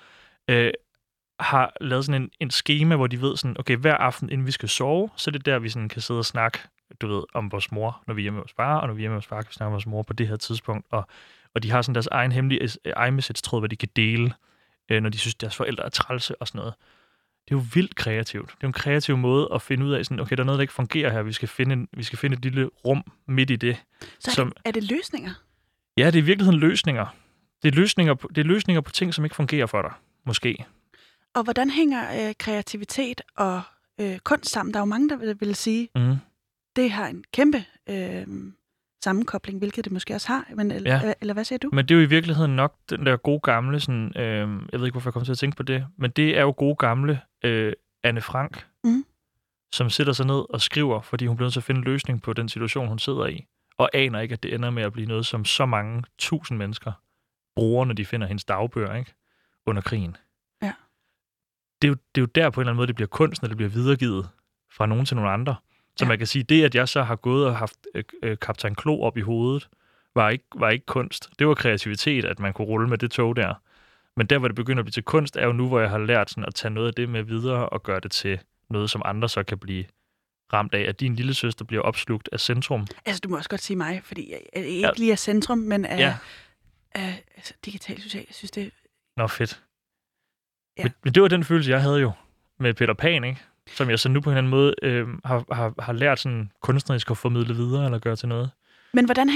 har lavet sådan en skema, hvor de ved sådan, okay, hver aften, inden vi skal sove, så er det der, vi sådan kan sidde og snakke, du ved, om vores mor, når vi er hjemme hos far, og når vi er hjemme hos far, kan vi snakke om vores mor på det her tidspunkt. Og de har sådan deres egen hemmelige iMessage-tråd, hvor de kan dele, når de synes, deres forældre er trælse og sådan noget. Det er jo vildt kreativt. Det er jo en kreativ måde at finde ud af, sådan, okay, der er noget, der ikke fungerer her. Vi skal finde et lille rum midt i det. Så er det løsninger? Ja, det er i virkeligheden løsninger. Det er løsninger på ting, som ikke fungerer for dig, måske. Og hvordan hænger kreativitet og kunst sammen? Der er jo mange, der vil sige, det har en kæmpe sammenkobling, hvilket det måske også har. Men, eller hvad siger du? Men det er jo i virkeligheden nok den der gode gamle, sådan, jeg ved ikke, hvorfor jeg kom til at tænke på det, men det er jo gode gamle Anne Frank, som sætter sig ned og skriver, fordi hun bliver nødt til at finde en løsning på den situation, hun sidder i, og aner ikke, at det ender med at blive noget, som så mange 1000 mennesker bruger, når de finder hendes dagbøger, ikke? Under krigen. Ja. Det er jo der på en eller anden måde, det bliver kunst, når det bliver videregivet fra nogen til nogle andre. Så man kan sige, det, at jeg så har gået og haft Kaptajn Klo op i hovedet, var ikke kunst. Det var kreativitet, at man kunne rulle med det tog der. Men der, hvor det begynder at blive til kunst, er jo nu, hvor jeg har lært sådan at tage noget af det med videre og gøre det til noget, som andre så kan blive ramt af, at din lille søster bliver opslugt af centrum. Altså, du må også godt sige mig, fordi jeg ikke lige er centrum, men altså, digital social, jeg synes det... Nå, fedt. Ja. Men det var den følelse, jeg havde jo med Peter Pan, ikke? som jeg så nu på en eller anden måde har lært sådan kunstnerisk at formidle videre eller gøre til noget. Men hvordan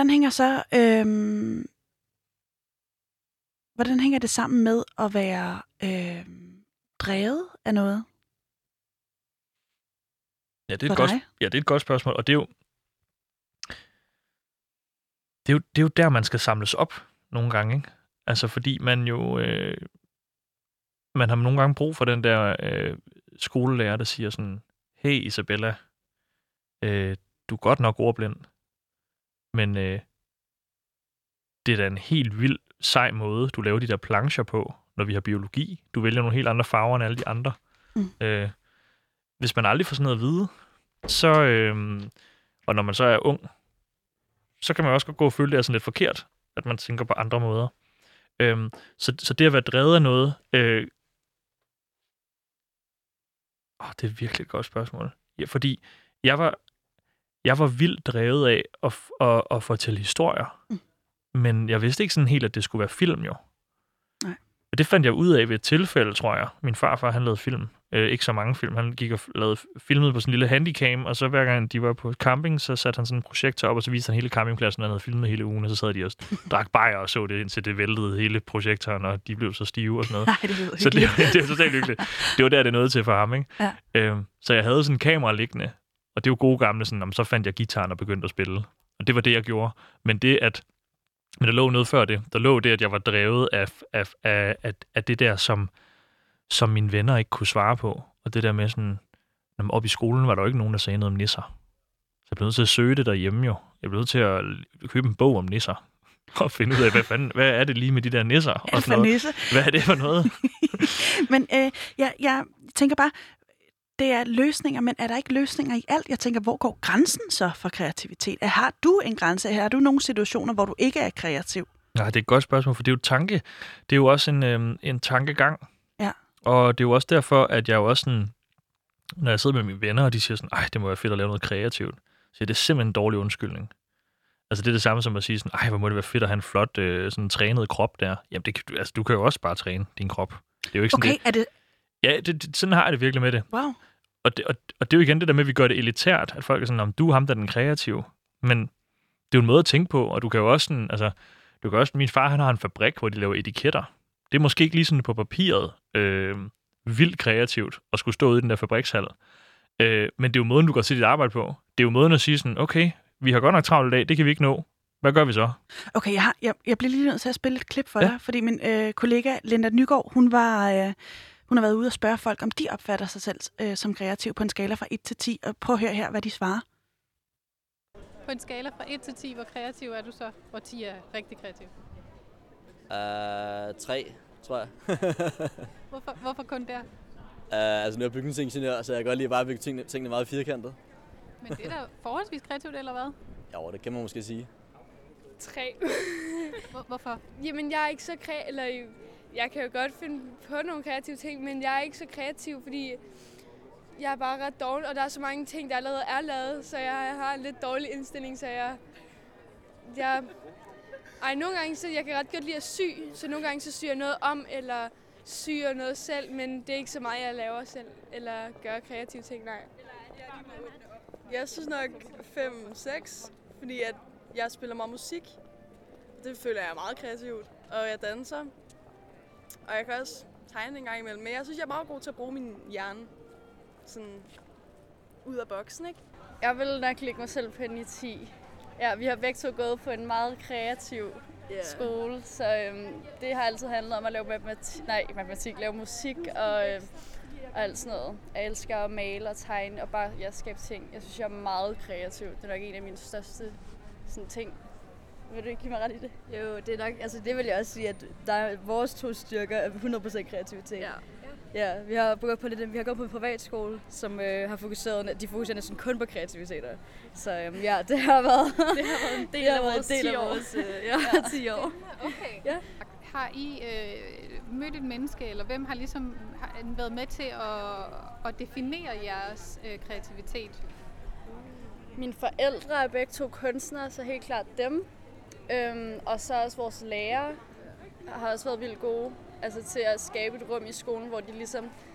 hænger det sammen med at være drevet af noget? Ja, det er et godt spørgsmål, og det er jo der, man skal samles op nogle gange, ikke? Altså, fordi man jo... man har nogle gange brug for den der skolelærer, der siger sådan, hey Isabella, du er godt nok ordblind, men det er da en helt vild sej måde, du laver de der plancher på, når vi har biologi. Du vælger nogle helt andre farver end alle de andre. Hvis man aldrig får sådan noget at vide, så, og når man så er ung, så kan man også godt gå og føle, det er sådan lidt forkert, at man tænker på andre måder. Så det at være drevet af noget, det er virkelig et godt spørgsmål. Ja, fordi jeg var vildt drevet af at fortælle historier, men jeg vidste ikke sådan helt, at det skulle være film, jo. Nej. Det fandt jeg ud af ved et tilfælde, tror jeg. Min farfar, han lavede film. Ikke så mange film. Han gik og lavede filmet på sådan en lille handycam, og så hver gang de var på camping, så satte han sådan en projektor op, og så viste han hele campingpladsen, han havde filmet hele ugen, og så sad de og drak bajer og så det, indtil det væltede hele projektoren, og de blev så stive og sådan noget. Nej, det så det er totalt hyggeligt. Det var der, det nåede til for ham, ikke? Ja. Så jeg havde sådan en kamera liggende, og det var gode gamle, sådan, så fandt jeg gitaren og begyndte at spille. Og det var det, jeg gjorde. Men der lå noget før det. Der lå det, at jeg var drevet af det der, som mine venner ikke kunne svare på. Og det der med sådan, op i skolen var der jo ikke nogen, der sagde noget om nisser. Så jeg blev nødt til at søge det derhjemme jo. Jeg blev nødt til at købe en bog om nisser. Og finde ud af, hvad er det lige med de der nisser? Og sådan noget. Hvad er det for noget? Men jeg tænker bare, det er løsninger, men er der ikke løsninger i alt? Jeg tænker, hvor går grænsen så for kreativitet? Har du en grænse? Har du nogle situationer, hvor du ikke er kreativ? Nej, det er et godt spørgsmål, for det er jo tanke. Det er jo også en tankegang. Ja. Og det er jo også derfor, at jeg jo også sådan, når jeg sidder med mine venner, og de siger sådan, ej, det må være fedt at lave noget kreativt, så det er simpelthen en dårlig undskyldning. Altså det er det samme som at sige sådan, ej, hvor må det være fedt at have en flot, sådan trænet krop der. Jamen, du kan jo også bare træne din krop. Det er jo ikke sådan, okay, er det... Ja, sådan har jeg det virkelig med det. Wow. Og det er jo igen det der med, at vi gør det elitært, at folk er sådan, om du er ham, der er den kreative. Men det er jo en måde at tænke på, og du kan jo også sådan, altså, min far, han har en fabrik, hvor de laver etiketter. Det er måske ikke lige sådan på papiret vildt kreativt at skulle stå ude i den der fabrikshal. Men det er jo måden, du går til dit arbejde på. Det er jo måden at sige sådan, okay, vi har godt nok travlt i dag, det kan vi ikke nå. Hvad gør vi så? Okay, jeg bliver lige nødt til at spille et klip for dig, fordi min kollega Linda Nygaard, hun har været ude og spørge folk, om de opfatter sig selv som kreativ på en skala fra 1 til 10. Og prøv at høre her, hvad de svarer. På en skala fra 1 til 10, hvor kreativ er du så? Hvor 10 er rigtig kreativ? 3, tror jeg. Hvorfor kun der? Altså, nu er jeg bygningsingeniør, så jeg kan godt lide bare at bygge tingene meget firkantet. Men det er da forholdsvis kreativt, eller hvad? Jo, det kan man måske sige. 3. Hvorfor? Jamen, jeg er ikke så kreativ, jeg kan jo godt finde på nogle kreative ting, men jeg er ikke så kreativ, fordi jeg er bare ret dårlig, og der er så mange ting, der allerede er lavet, så jeg har en lidt dårlig indstilling, så nogle gange, så jeg kan ret godt lide at sy, så nogle gange så syr jeg noget om, eller syr noget selv, men det er ikke så meget, jeg laver selv, eller gør kreative ting, nej. Jeg synes nok 5-6, fordi at jeg spiller meget musik. Det føler jeg er meget kreativt, og jeg danser. Og jeg kan også tegne en gang imellem, men jeg synes, jeg er meget god til at bruge min hjerne sådan ud af boksen, ikke? Jeg vil nok lægge mig selv på en 9-10. Ja, vi har begge to gået på en meget kreativ skole, så det har altid handlet om at lave lave musik og alt sådan noget. Jeg elsker at male og tegne og bare skabe ting. Jeg synes, jeg er meget kreativ. Det er nok en af mine største sådan, ting. Vil du ikke give mig ret i det? Jo, det er nok, altså det vil jeg også sige, at vores 2 styrker er 100% kreativitet. Ja, vi har gået på en privatskole, som har fokuseret næsten kun på kreativiteter. Så det har været en del af vores 10 år. 10 år. Okay. Ja. Har I mødt et menneske, eller hvem har ligesom været med til at definere jeres kreativitet? Mine forældre er begge 2 kunstnere, så helt klart dem. Og så også vores lærere har også været vildt gode til at skabe et rum i skolen, hvor de ligesom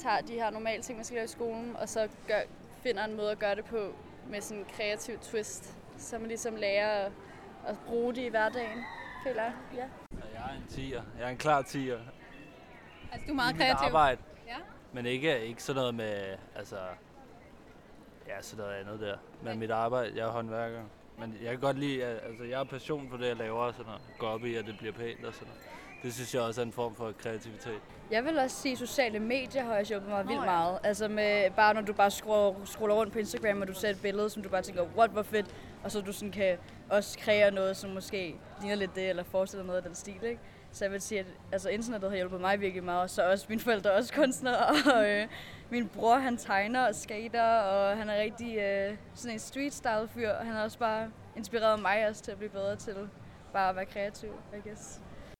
tager de her normale ting, man skal lave i skolen, og så finder en måde at gøre det på med sådan en kreativ twist, så man ligesom lærer at bruge det i hverdagen, føler jeg. Ja. Jeg er en 10'er. Jeg er en klar 10'er. Altså, du er meget I kreativ. mit arbejde. Ja. Men ikke sådan noget med, altså... Ja, sådan noget andet der. Men mit arbejde, jeg er håndværker. Men jeg kan godt lide, altså jeg har passion for det, jeg laver, og sådan noget. Går op i, at det bliver pænt og sådan noget. Det synes jeg også er en form for kreativitet. Jeg vil også sige, at sociale medier har jeg hjulpet mig vildt meget. Altså med, bare når du bare scroller rundt på Instagram, og du ser et billede, som du bare tænker, what, hvor fedt. Og så du sådan kan også kreere noget, som måske ligner lidt det, eller forestiller noget af den stil, ikke? Så jeg vil sige, at altså, internettet har hjulpet mig virkelig meget. Så også mine forældre er også kunstnere, og min bror, han tegner og skater, og han er rigtig sådan en street-style fyr. Og han har også bare inspireret mig også til at blive bedre til bare at være kreativ, I guess.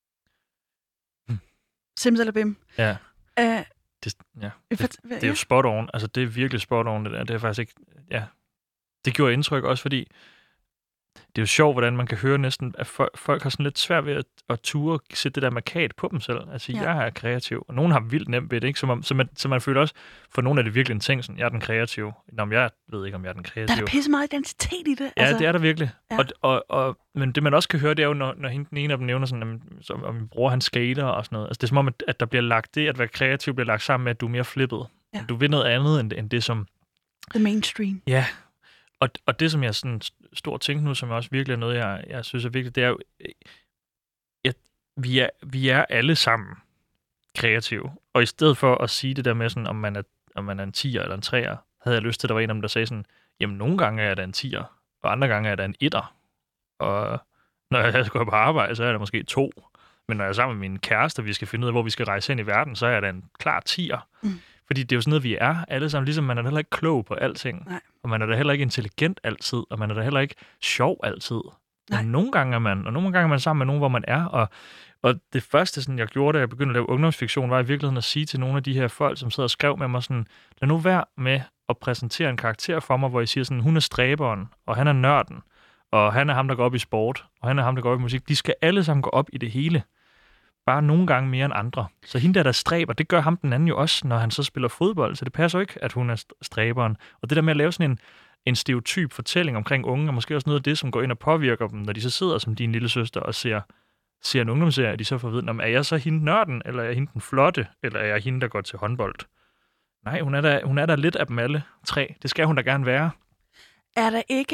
Simsalabim. Ja. Det er jo spot on. Altså, det er virkelig spot on, det der. Det er faktisk ikke... Ja. Det gjorde indtryk også, fordi det er jo sjovt, hvordan man kan høre næsten, at folk har sådan lidt svært ved at ture sætte det der markat på dem selv. Altså, jeg er kreativ. Og nogen har vildt nemt ved det, ikke? Så man føler også, for nogen er det virkelig en ting, sådan, jeg er den kreative. Nå, men jeg ved ikke, om jeg er den kreative. Der er pisse meget identitet i det. Ja, altså. Det er der virkelig. Ja. Men det, man også kan høre, det er jo, når den ene af dem nævner sådan, om min bror, han skater og sådan noget. Altså, det er som om, at der bliver lagt det, at være kreativ bliver lagt sammen med, at du er mere flippet. Ja. Du vil noget andet, end det, som... The mainstream. Ja. Og det, som jeg sådan stor tænker nu, som også virkelig er noget, jeg synes er vigtigt, det er jo, at vi er alle sammen kreative. Og i stedet for at sige det der med, sådan, om man er en 10'er eller en 3'er, havde jeg lyst til, at der var en af dem, der sagde sådan, jamen nogle gange er jeg da en 10'er, og andre gange er jeg da en 1'er. Og når jeg går på arbejde, så er jeg da måske 2. Men når jeg er sammen med min kæreste, og vi skal finde ud af, hvor vi skal rejse hen i verden, så er jeg da en klar 10'er. Mm. Fordi det er jo sådan noget, vi er alle sammen. Ligesom man er da heller ikke klog på alting. Nej. Og man er da heller ikke intelligent altid. Og man er da heller ikke sjov altid. Men nogle gange er man, og nogle gange er man sammen med nogen, hvor man er. Og det første, sådan, jeg gjorde, da jeg begyndte at lave ungdomsfiktion, var i virkeligheden at sige til nogle af de her folk, som sidder og skrev med mig sådan, lad nu være med at præsentere en karakter for mig, hvor I siger sådan, hun er stræberen, og han er nørden, og han er ham, der går op i sport, og han er ham, der går op i musik. De skal alle sammen gå op i det hele. Bare nogle gange mere end andre. Så hende der stræber, det gør ham den anden jo også, når han så spiller fodbold. Så det passer jo ikke, at hun er stræberen. Og det der med at lave sådan en stereotyp fortælling omkring unge, og måske også noget af det, som går ind og påvirker dem, når de så sidder som din lille søster og ser en ungdomsserie, at de så får at vide, er jeg så hende nørden, eller er jeg hende den flotte, eller er jeg hende, der går til håndbold? Nej, hun er der lidt af dem alle 3. Det skal hun da gerne være. Er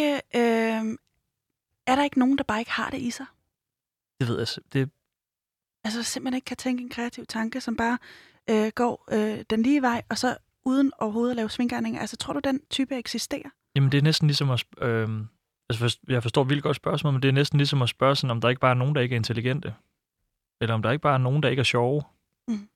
der ikke nogen, der bare ikke har det i sig? Det ved jeg. Altså simpelthen ikke kan tænke en kreativ tanke, som bare går den lige vej, og så uden overhovedet at lave svinggerninger. Altså tror du, den type eksisterer? Jamen det er næsten ligesom at... jeg forstår vildt godt spørgsmål, men det er næsten ligesom at spørge sådan, om der ikke bare er nogen, der ikke er intelligente. Eller om der ikke bare er nogen, der ikke er sjove. Mm.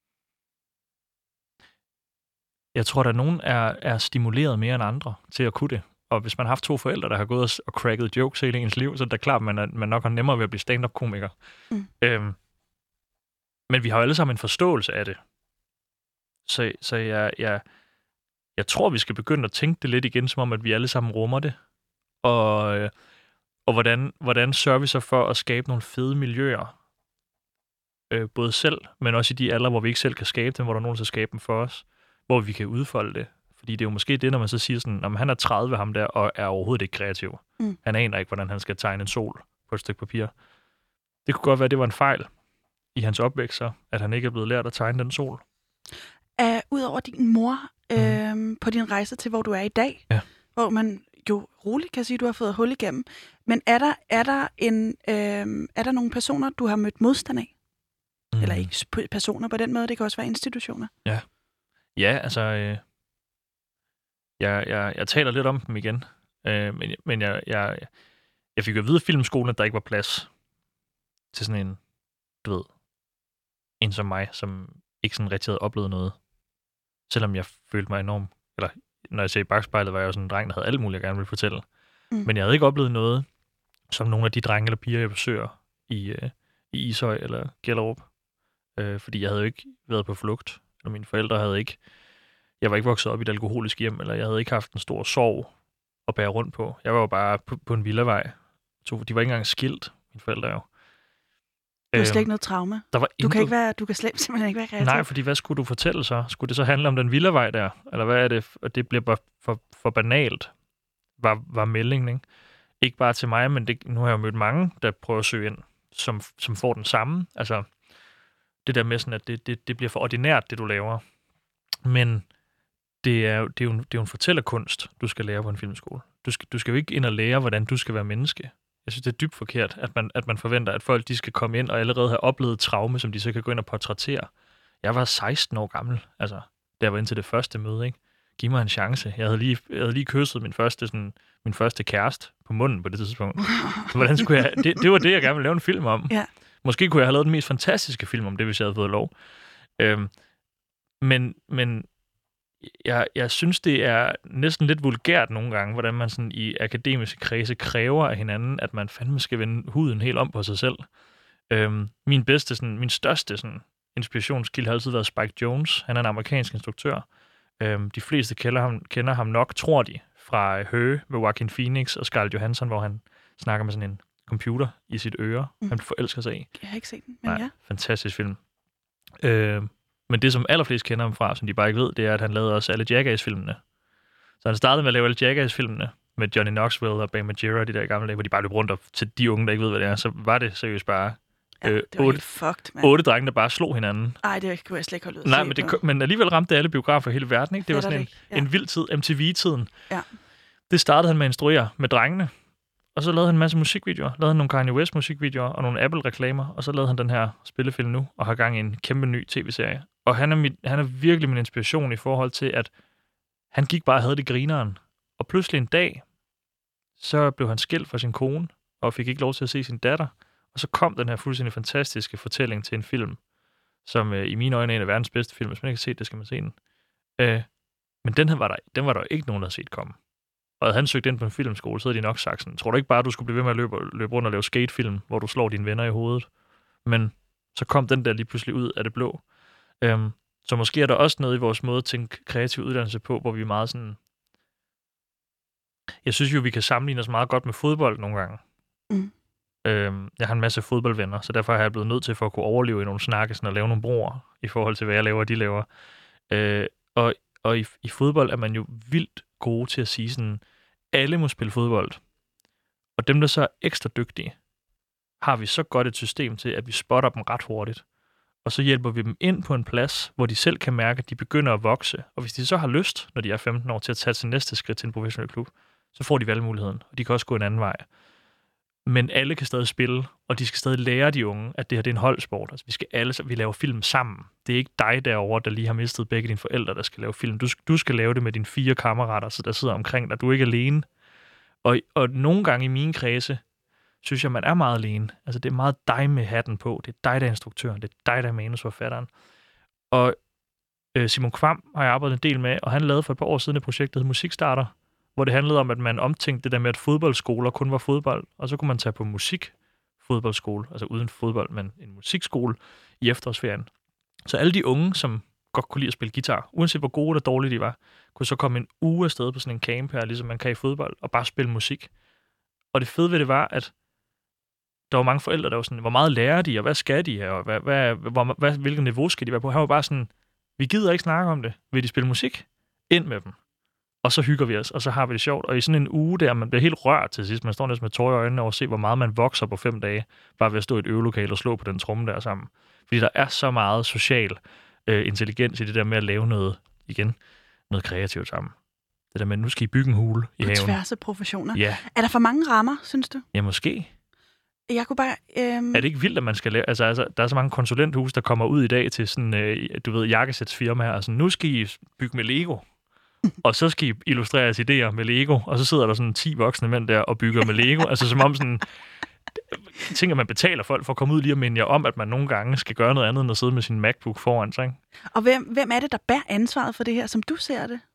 Jeg tror, at nogen er stimuleret mere end andre til at kunne det. Og hvis man har haft 2 forældre, der har gået og cracket jokes hele ens liv, så er det klart, at man nok har nemmere ved at blive stand-up-komiker. Mm. Men vi har jo alle sammen en forståelse af det. Så jeg tror, vi skal begynde at tænke det lidt igen, som om, at vi alle sammen rummer det. Og hvordan sørger vi så for at skabe nogle fede miljøer? Både selv, men også i de alder, hvor vi ikke selv kan skabe dem, hvor der er nogen, der skabe dem for os. Hvor vi kan udfolde det. Fordi det er jo måske det, når man så siger sådan, at han er 30 ham der, og er overhovedet ikke kreativ. Mm. Han aner ikke, hvordan han skal tegne en sol på et stykke papir. Det kunne godt være, at det var en fejl i hans opvækst, så, at han ikke er blevet lært at tegne den sol. Udover din mor, på din rejse til, hvor du er i dag, hvor man jo roligt kan sige, at du har fået hul igennem, men er der nogle personer, du har mødt modstand af? Mm. Eller ikke personer på den måde, det kan også være institutioner. Ja, altså... Jeg taler lidt om dem igen, men jeg fik jo at vide af filmskolen, at der ikke var plads til sådan en, du ved, en som mig, som ikke sådan rigtig havde oplevet noget. Selvom jeg følte mig enormt, eller når jeg ser i bagspejlet, var jeg jo sådan en dreng, der havde alt muligt, jeg gerne ville fortælle. Mm. Men jeg havde ikke oplevet noget, som nogle af de drenge eller piger, jeg besøger i Ishøj eller Gellerup. Fordi jeg havde jo ikke været på flugt, og mine forældre havde ikke... Jeg var ikke vokset op i et alkoholisk hjem, eller jeg havde ikke haft en stor sorg at bære rundt på. Jeg var jo bare på en villavej. Så de var ikke engang skilt, mine forældre jo. Du har slet ikke noget traume. Du kan simpelthen ikke være kreativ. Nej, fordi hvad skulle du fortælle så? Skulle det så handle om den villavej der? Eller hvad er det? Og det bliver bare for banalt, var meldingen, ikke? Ikke bare til mig, men nu har jeg jo mødt mange, der prøver at søge ind, som får den samme. Altså, det der med sådan, at det bliver for ordinært, det du laver. Men det er jo en fortællerkunst, du skal lære på en filmskole. Du skal jo ikke ind og lære, hvordan du skal være menneske. Jeg synes, det er dybt forkert, at man forventer, at folk de skal komme ind og allerede have oplevet traume, som de så kan gå ind og portrættere. Jeg var 16 år gammel, altså, da jeg var ind til det første møde, ikke? Giv mig en chance. Jeg havde lige kysset min første kæreste på munden på det tidspunkt. Hvordan skulle jeg... Det var det, jeg gerne ville lave en film om. Ja. Måske kunne jeg have lavet den mest fantastiske film om det, hvis jeg havde fået lov. Men jeg synes, det er næsten lidt vulgært nogle gange, hvordan man sådan i akademiske kredse kræver af hinanden, at man fandme skal vende huden helt om på sig selv. Min største inspirationskilde har altid været Spike Jonze. Han er en amerikansk instruktør. De fleste kender ham nok, tror de, fra Her med Joaquin Phoenix og Scarlett Johansson, hvor han snakker med sådan en computer i sit øre. Han forelsker sig i. Jeg har ikke set den, men ja. Fantastisk film. Men det, som allerflest kender ham fra, som de bare ikke ved, det er, at han lavede også alle Jackass-filmene. Så han startede med at lave alle Jackass-filmene med Johnny Knoxville og Bam Margera, de der gamle dage, hvor de bare løb rundt, og til de unge, der ikke ved, hvad det er, så var det seriøst bare 8 drenge, der bare slog hinanden. Nej, det kunne jeg slet ikke holde ud at Nej, men alligevel ramte det alle biografer i hele verden, ikke? Det var sådan en vild tid, MTV-tiden. Ja. Det startede han med at instruere med drengene, og så lavede han en masse musikvideoer. Lavede han nogle Kanye West musikvideoer og nogle Apple-reklamer, og så lavede han den her spillefilm nu, og har gang i en kæmpe ny tv-serie. Og han er virkelig min inspiration i forhold til, at han gik bare og havde det grineren. Og pludselig en dag, så blev han skilt fra sin kone, og fik ikke lov til at se sin datter. Og så kom den her fuldstændig fantastiske fortælling til en film, som i mine øjne er en af verdens bedste film. Hvis man ikke har set det, skal man se den. Men den var der ikke nogen, der havde set komme. Og havde han søgt ind på en filmskole, så havde de nok sagt sådan, tror du ikke bare, du skulle blive ved med at løbe rundt og lave skatefilm, hvor du slår dine venner i hovedet? Men så kom den der lige pludselig ud af det blå. Så måske er der også noget i vores måde at tænke kreativ uddannelse på, hvor vi er meget sådan... Jeg synes jo, vi kan sammenligne os meget godt med fodbold nogle gange. Jeg har en masse fodboldvenner, så derfor har jeg blevet nødt til for at kunne overleve i nogle snakke og lave nogle broer i forhold til, hvad jeg laver og de laver. Og i fodbold er man jo vildt gode til at sige sådan, alle må spille fodbold. Og dem, der så er ekstra dygtige, har vi så godt et system til, at vi spotter dem ret hurtigt. Og så hjælper vi dem ind på en plads, hvor de selv kan mærke, at de begynder at vokse. Og hvis de så har lyst, når de er 15 år, til at tage til næste skridt til en professionel klub, så får de valgmuligheden, og de kan også gå en anden vej. Men alle kan stadig spille, og de skal stadig lære de unge, at det her det er en holdsport. Altså, vi laver film sammen. Det er ikke dig derovre, der lige har mistet begge dine forældre, der skal lave film. Du skal lave det med dine 4 kammerater, der sidder omkring dig. Du er ikke alene. Og nogle gange i mine kredse, synes jeg, man er meget alene. Altså, det er meget dig med hatten på. Det er dig, der er instruktøren. Det er dig, der er manusforfatteren. Og Simon Kvam har jeg arbejdet en del med, og han lavede for et par år siden et projekt, der hed Musikstarter, hvor det handlede om, at man omtænkte det der med, at fodboldskoler kun var fodbold, og så kunne man tage på musikfodboldskole, altså uden fodbold, men en musikskole i efterårsferien. Så alle de unge, som godt kunne lide at spille guitar, uanset hvor gode eller dårlige de var, kunne så komme en uge afsted på sådan en camp her, ligesom man kan i fodbold, og bare spille musik. Og det fede ved det var, at der var mange forældre, der var sådan, hvor meget lærer de, og hvad skal de, og hvilket niveau skal de være på? Her var bare sådan, vi gider ikke snakke om det. Vil de spille musik? Ind med dem. Og så hygger vi os, og så har vi det sjovt. Og i sådan en uge der, man bliver helt rørt til sidst. Man står næsten med tårer i øjnene over at se, hvor meget man vokser på 5 dage, bare ved at stå i et øvelokale og slå på den tromme der sammen. Fordi der er så meget social intelligens i det der med at lave noget kreativt sammen. Det der med, nu skal I bygge en hule i haven. På tværs af professioner. Ja. Er der for mange rammer, synes du? Ja, måske. Jeg kunne bare... Er det ikke vildt, at man skal lave... Altså, der er så mange konsulenthus, der kommer ud i dag til sådan, jakkesætsfirmaer, og sådan, nu skal I bygge med Lego. Og så skal I illustrere jeres idéer med Lego, og så sidder der sådan 10 voksne mænd der og bygger med Lego. Altså som om sådan... Jeg tænker, man betaler folk for at komme ud lige og minde jer om, at man nogle gange skal gøre noget andet, end at sidde med sin MacBook foran sig. Ikke? Og hvem er det, der bærer ansvaret for det her, som du ser det?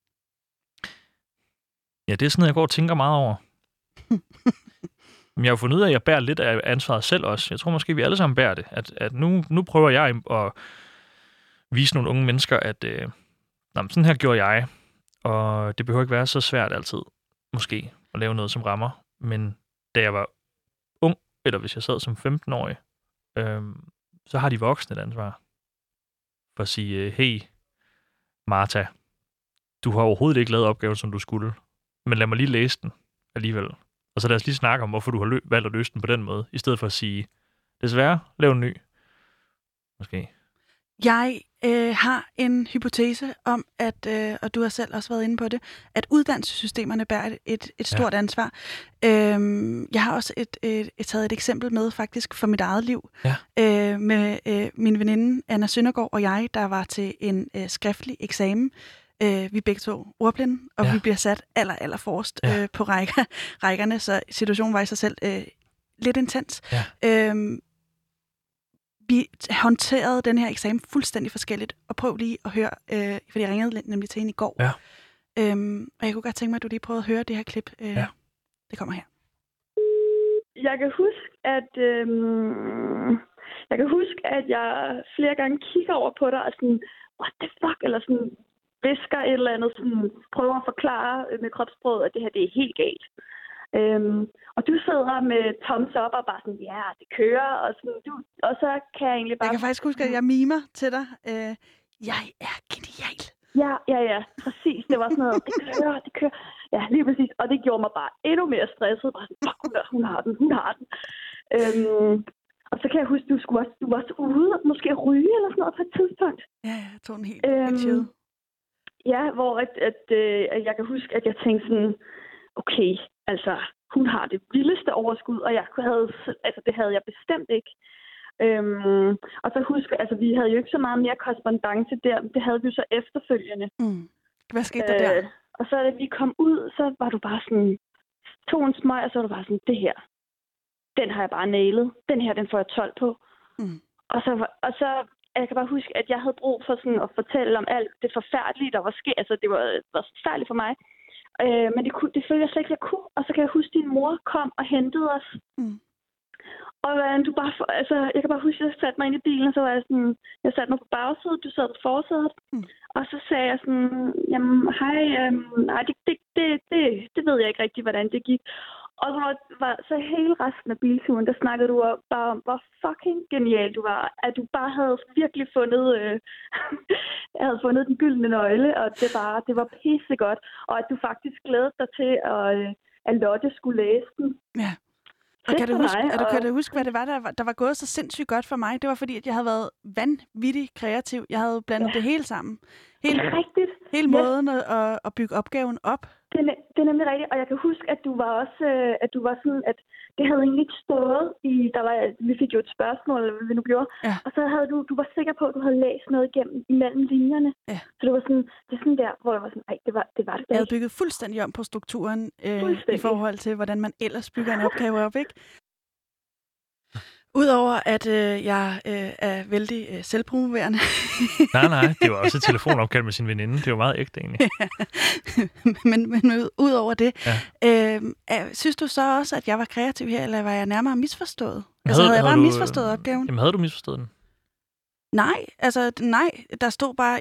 Ja, det er sådan noget, jeg går og tænker meget over. Men jeg har jo fundet ud af, at jeg bærer lidt af ansvaret selv også. Jeg tror måske, vi alle sammen bærer det. At nu prøver jeg at vise nogle unge mennesker, at sådan her gjorde jeg. Og det behøver ikke være så svært altid, måske, at lave noget, som rammer. Men da jeg var ung, eller hvis jeg sad som 15-årig, så har de voksne et ansvar for at sige, hey, Martha, du har overhovedet ikke lavet opgaven, som du skulle, men lad mig lige læse den alligevel. Og så lad os lige snakke om, hvorfor du har valgt at løse den på den måde, i stedet for at sige, desværre, lav en ny. Måske. Jeg har en hypotese om, at, og du har selv også været inde på det, at uddannelsessystemerne bærer et stort ansvar. Jeg har også taget et eksempel med faktisk for mit eget liv. Med min veninde Anna Søndergaard og jeg, der var til en skriftlig eksamen. Vi er begge to ordblinde, og vi bliver sat aller forrest på rækkerne, så situationen var i sig selv lidt intens. Vi håndterede den her eksamen fuldstændig forskelligt, og prøv lige at høre, fordi jeg ringede nemlig til hende i går. Og jeg kunne godt tænke mig, at du lige prøvede at høre det her klip. Det kommer her. Jeg kan huske, at jeg flere gange kigger over på dig og sådan, what the fuck, eller sådan visker et eller andet, sådan prøver at forklare med kropssproget, at det her det er helt galt. Og du sidder med thumbs up og bare sådan, ja, det kører, og, sådan, og så kan jeg egentlig bare... Jeg kan faktisk huske, at jeg mimer til dig. Jeg er genial. Ja, præcis. Det var sådan noget, det kører. Ja, lige præcis. Og det gjorde mig bare endnu mere stresset. Bare sådan, fuck, hun har den. Og så kan jeg huske, du var ude og måske ryge eller sådan noget på et tidspunkt. Ja, jeg tog en helt chill. Ja, hvor at jeg kan huske, at jeg tænkte sådan, okay, altså, hun har det vildeste overskud, og det havde jeg bestemt ikke. Og så husker altså, vi havde jo ikke så meget mere korrespondance der, det havde vi jo så efterfølgende. Hvad skete der der? Og så da vi kom ud, så var du bare sådan, tog en smøg, og så var du bare sådan, det her, den har jeg bare nailet. Den her, den får jeg 12 på. Og så jeg kan bare huske, at jeg havde brug for sådan at fortælle om alt det forfærdelige, der var sket. Altså, det var forfærdeligt for mig. Men det følte jeg slet ikke, jeg kunne. Og så kan jeg huske, at din mor kom og hentede os. Og du bare, altså, jeg kan bare huske, at jeg satte mig ind i bilen, og så var jeg sådan, jeg satte mig på bagsædet, du sad på forsædet. Og så sagde jeg sådan, jamen, hej, nej, det ved jeg ikke rigtig, hvordan det gik. Og så hele resten af bilturen, der snakkede du bare om, hvor fucking genial du var. At du bare havde virkelig fundet den gyldne nøgle, og det var pissegodt. Og at du faktisk glædede dig til, at Lotte skulle læse den. Ja. Kan du huske, hvad det var, der var gået så sindssygt godt for mig? Det var fordi, at jeg havde været vanvittigt kreativ. Jeg havde blandet det hele sammen. Hele måden at bygge opgaven op. Det er nemlig rigtigt, og jeg kan huske, at du var også, sådan, at det havde egentlig ikke stået i, vi fik jo et spørgsmål, eller hvad vi nu gjorde, og så havde du var sikker på, at du havde læst noget igennem imellem linjerne. Så det var sådan, det er sådan der, hvor jeg var sådan, det var det. Jeg havde bygget fuldstændig om på strukturen i forhold til, hvordan man ellers bygger en opgave op, ikke? Udover at jeg er vældig selvpromoverende. Nej, det var også et telefonopkald med sin veninde. Det var meget ægte egentlig. men udover det, synes du så også, at jeg var kreativ her, eller var jeg nærmere misforstået? Havde jeg bare misforstået opgaven? Jamen havde du misforstået den? Nej, der stod bare,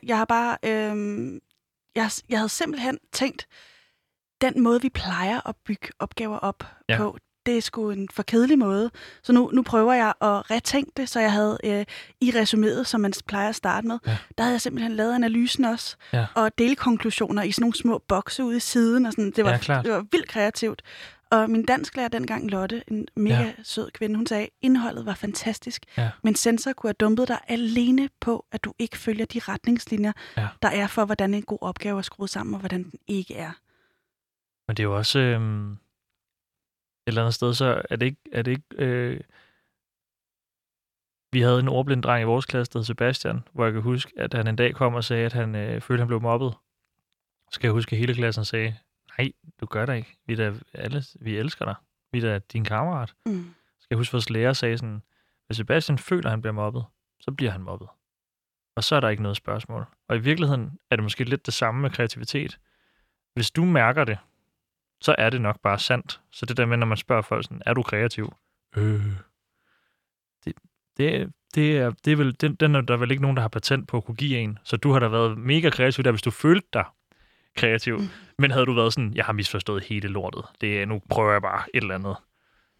jeg havde simpelthen tænkt, den måde vi plejer at bygge opgaver op på, det er sgu en for kedelig måde. Så nu prøver jeg at retænke det, så jeg havde i resuméet, som man plejer at starte med, der havde jeg simpelthen lavet analysen også, og delkonklusioner i sådan nogle små bokse ude i siden, og sådan. Det var vildt kreativt. Og min dansklærer dengang, Lotte, en mega sød kvinde, hun sagde, indholdet var fantastisk, men sensor kunne have dumpet dig alene på, at du ikke følger de retningslinjer, der er for, hvordan en god opgave er skruet sammen, og hvordan den ikke er. Men det er jo også... et eller andet sted, så er det ikke vi havde en ordblind dreng i vores klasse, der hed Sebastian, hvor jeg kan huske, at han en dag kom og sagde, at han følte, at han blev mobbet. Så skal jeg huske, at hele klassen sagde, nej, du gør det ikke. Vi elsker dig. Vi er din kammerat. Skal jeg huske, at vores lærer sagde sådan, hvis Sebastian føler, at han bliver mobbet, så bliver han mobbet. Og så er der ikke noget spørgsmål. Og i virkeligheden er det måske lidt det samme med kreativitet. Hvis du mærker det, så er det nok bare sandt. Så det der med, når man spørger folk sådan, er du kreativ? Det er vel, den er der vel ikke nogen, der har patent på at kunne give en. Så du har da været mega kreativ der, hvis du følte dig kreativ. Men havde du været sådan, jeg har misforstået hele lortet. Nu prøver jeg bare et eller andet.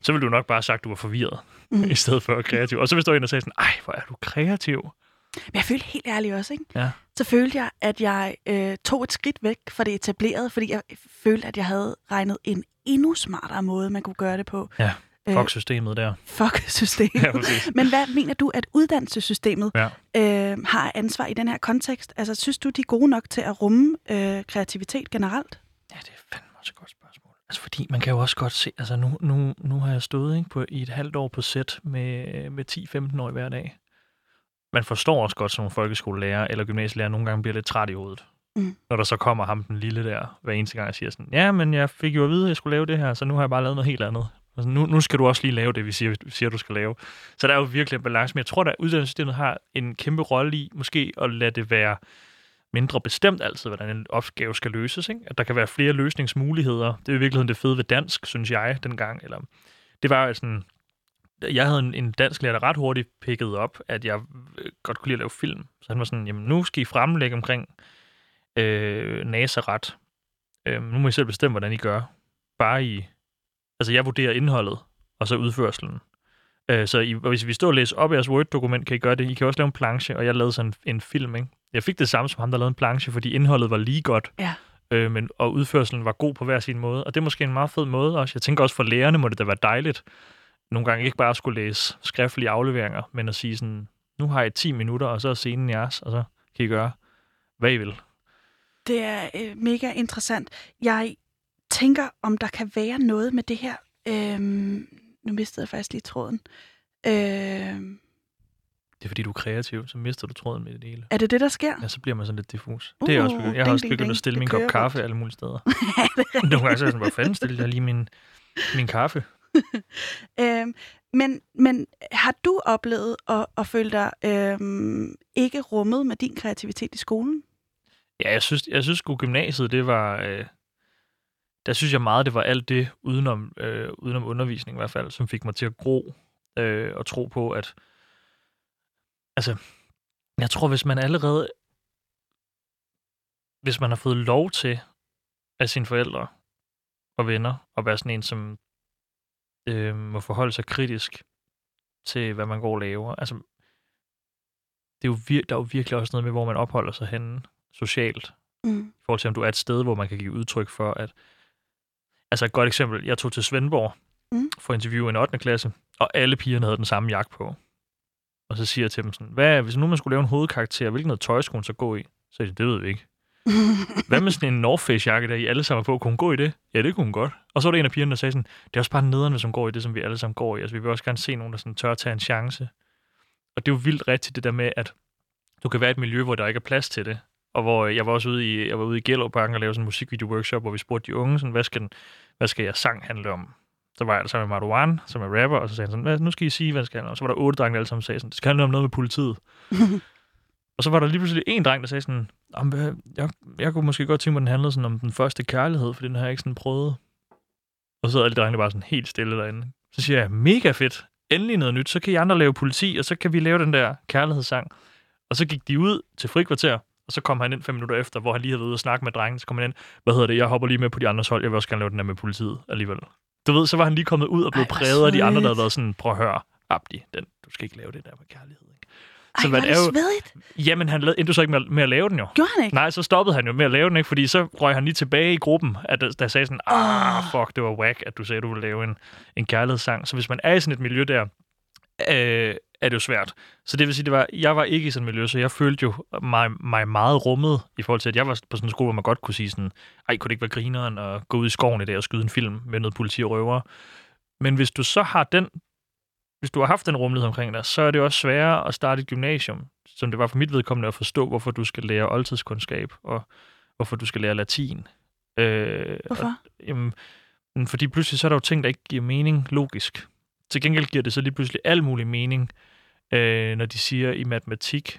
så ville du nok bare have sagt, at du var forvirret, i stedet for kreativ. Og så hvis du ind og sagde sådan, ej, hvor er du kreativ. Men jeg følte helt ærligt også, ikke? Ja. Så følte jeg, at jeg tog et skridt væk fra det etablerede, fordi jeg følte, at jeg havde regnet en endnu smartere måde, man kunne gøre det på. Ja, fuck systemet der. Fuck systemet. Ja, men hvad mener du, at uddannelsessystemet har ansvar i den her kontekst? Altså, synes du, de er gode nok til at rumme kreativitet generelt? Ja, det er fandme også et godt spørgsmål. Altså, fordi man kan jo også godt se, altså nu har jeg stået ikke, i et halvt år på sæt med 10-15 år hver dag. Man forstår også godt, som en folkeskolelærer eller gymnasielærer nogle gange bliver lidt træt i hovedet. Når der så kommer ham den lille der, hver eneste gang jeg siger sådan, ja, men jeg fik jo at vide, at jeg skulle lave det her, så nu har jeg bare lavet noget helt andet. Altså, nu skal du også lige lave det, vi siger, du skal lave. Så der er jo virkelig en balance. Men jeg tror, at uddannelsessystemet har en kæmpe rolle i måske at lade det være mindre bestemt altid, hvordan en opgave skal løses. Ikke? At der kan være flere løsningsmuligheder. Det er i virkeligheden det fede ved dansk, synes jeg, dengang. Eller, det var sådan, jeg havde en dansk lærer, der ret hurtigt pickede op, at jeg godt kunne lide at lave film. Så han var sådan, jamen nu skal I fremlægge omkring NASA-ret. Nu må I selv bestemme, hvordan I gør. Altså, jeg vurderer indholdet, og så udførselen. Så hvis vi står og læser op i jeres Word-dokument, kan I gøre det. I kan også lave en planche, og jeg lavede sådan en film, ikke? Jeg fik det samme som ham, der lavede en planche, fordi indholdet var lige godt, og udførselen var god på hver sin måde. Og det er måske en meget fed måde også. Jeg tænker også for lærerne må det da være dejligt, nogle gange ikke bare at skulle læse skriftlige afleveringer, men at sige sådan, nu har I 10 minutter, og så er scenen jeres, og så kan I gøre, hvad I vil. Det er mega interessant. Jeg tænker, om der kan være noget med det her. Nu mistede jeg faktisk lige tråden. Det er fordi, du er kreativ, så mister du tråden med det hele. Er det det, der sker? Ja, så bliver man sådan lidt diffus. Det er også begyndt. Jeg har også begyndt at stille min kop kaffe alle mulige steder. Nogle gange så er jeg sådan, hvor fanden stiller jeg lige min kaffe? Men har du oplevet at føle dig ikke rummet med din kreativitet i skolen? Ja, jeg synes sgu gymnasiet, det var... der synes jeg meget, det var alt det udenom undervisning i hvert fald, som fik mig til at gro og tro på, at... Altså, jeg tror, hvis man har fået lov til af sine forældre og venner at være sådan en, som må forholde sig kritisk til, hvad man går og laver. Altså, det er jo der er jo virkelig også noget med, hvor man opholder sig henne socialt. I forhold til, om du er et sted, hvor man kan give udtryk for, at... Altså et godt eksempel. Jeg tog til Svendborg for at interviewe en 8. klasse, og alle pigerne havde den samme jakke på. Og så siger jeg til dem sådan, hvis nu man skulle lave en hovedkarakter, hvilken noget tøj skulle hun så gå i? Så siger de, det ved vi ikke. Hvad med sådan en North Face-jakke, der I alle sammen på? Kunne hun gå i det? Ja, det kunne hun godt. Og så var der en af pigerne, der sagde sådan, det er også bare nederen, hvis hun går i det, som vi alle sammen går i. Altså, vi vil også gerne se nogen, der sådan tør at tage en chance. Og det er jo vildt rigtigt, det der med, at du kan være i et miljø, hvor der ikke er plads til det. Og hvor jeg var også ude i Gellerupparken og lavede sådan en musikvideo-workshop, hvor vi spurgte de unge, sådan, hvad skal jeres sang handle om? Så var jeg altså med Marwan, som er rapper, og så sagde han sådan, nu skal I sige, hvad det skal handle om. Så var der 8 drenge, der alle sammen sagde sådan, det skal handle om noget med politiet. Og så var der lige pludselig en dreng, der sagde sådan, jeg kunne måske godt tænke mig, at den handlede sådan om den første kærlighed, for den har jeg ikke sådan prøvet. Og så er alle drengene bare sådan helt stille derinde. Så siger jeg, mega fedt, endelig noget nyt, så kan I andre lave politi, og så kan vi lave den der kærlighedssang. Og så gik de ud til frikvarter, og så kom han ind 5 minutter efter, hvor han lige havde været ude og snakke med drengen, så kom han ind, jeg hopper lige med på de andres hold, jeg vil også gerne lave den der med politiet alligevel. Du ved, så var han lige kommet ud og blevet præget af de andre, der havde været sådan, prøv at høre, Abdi, du skal ikke lave det der med kærlighed. Ikke? Så var det svedigt? Jamen, han endte så ikke med at lave den jo. Gjorde han ikke? Nej, så stoppede han jo med at lave den, ikke? Fordi så røg han lige tilbage i gruppen, der sagde sådan, fuck, det var whack, at du sagde, at du ville lave en kærlighedssang. Så hvis man er i sådan et miljø der, er det jo svært. Så det vil sige, jeg var ikke i sådan et miljø, så jeg følte jo mig meget rummet i forhold til, at jeg var på sådan en skole, hvor man godt kunne sige sådan, kunne det ikke være grineren at gå ud i skoven i dag og skyde en film med noget politi og røvere. Men hvis du så har hvis du har haft den rummelighed omkring dig, så er det også sværere at starte et gymnasium, som det var for mit vedkommende at forstå, hvorfor du skal lære oldtidskundskab, og hvorfor du skal lære latin. Hvorfor? Fordi pludselig så er der jo ting, der ikke giver mening logisk. Til gengæld giver det så lige pludselig al mulig mening, når de siger i matematik,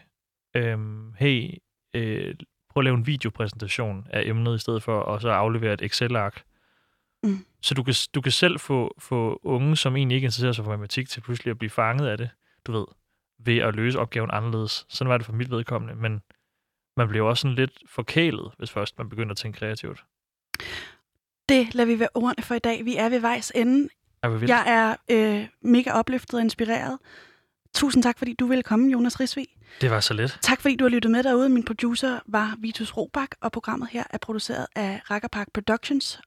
prøv at lave en videopræsentation af emnet, i stedet for at så aflevere et Excel-ark. Så du kan selv få unge, som egentlig ikke interesserer sig for matematik, til pludselig at blive fanget af det, du ved, ved at løse opgaven anderledes. Sådan var det for mit vedkommende, men man bliver også sådan lidt forkælet, hvis først man begynder at tænke kreativt. Det lader vi være ordene for i dag. Vi er ved vejs ende. Jeg er mega opløftet og inspireret. Tusind tak, fordi du ville komme, Jonas Risvig. Det var så let. Tak, fordi du har lyttet med derude. Min producer var Vitus Robak, og programmet her er produceret af Rakkerpark Productions.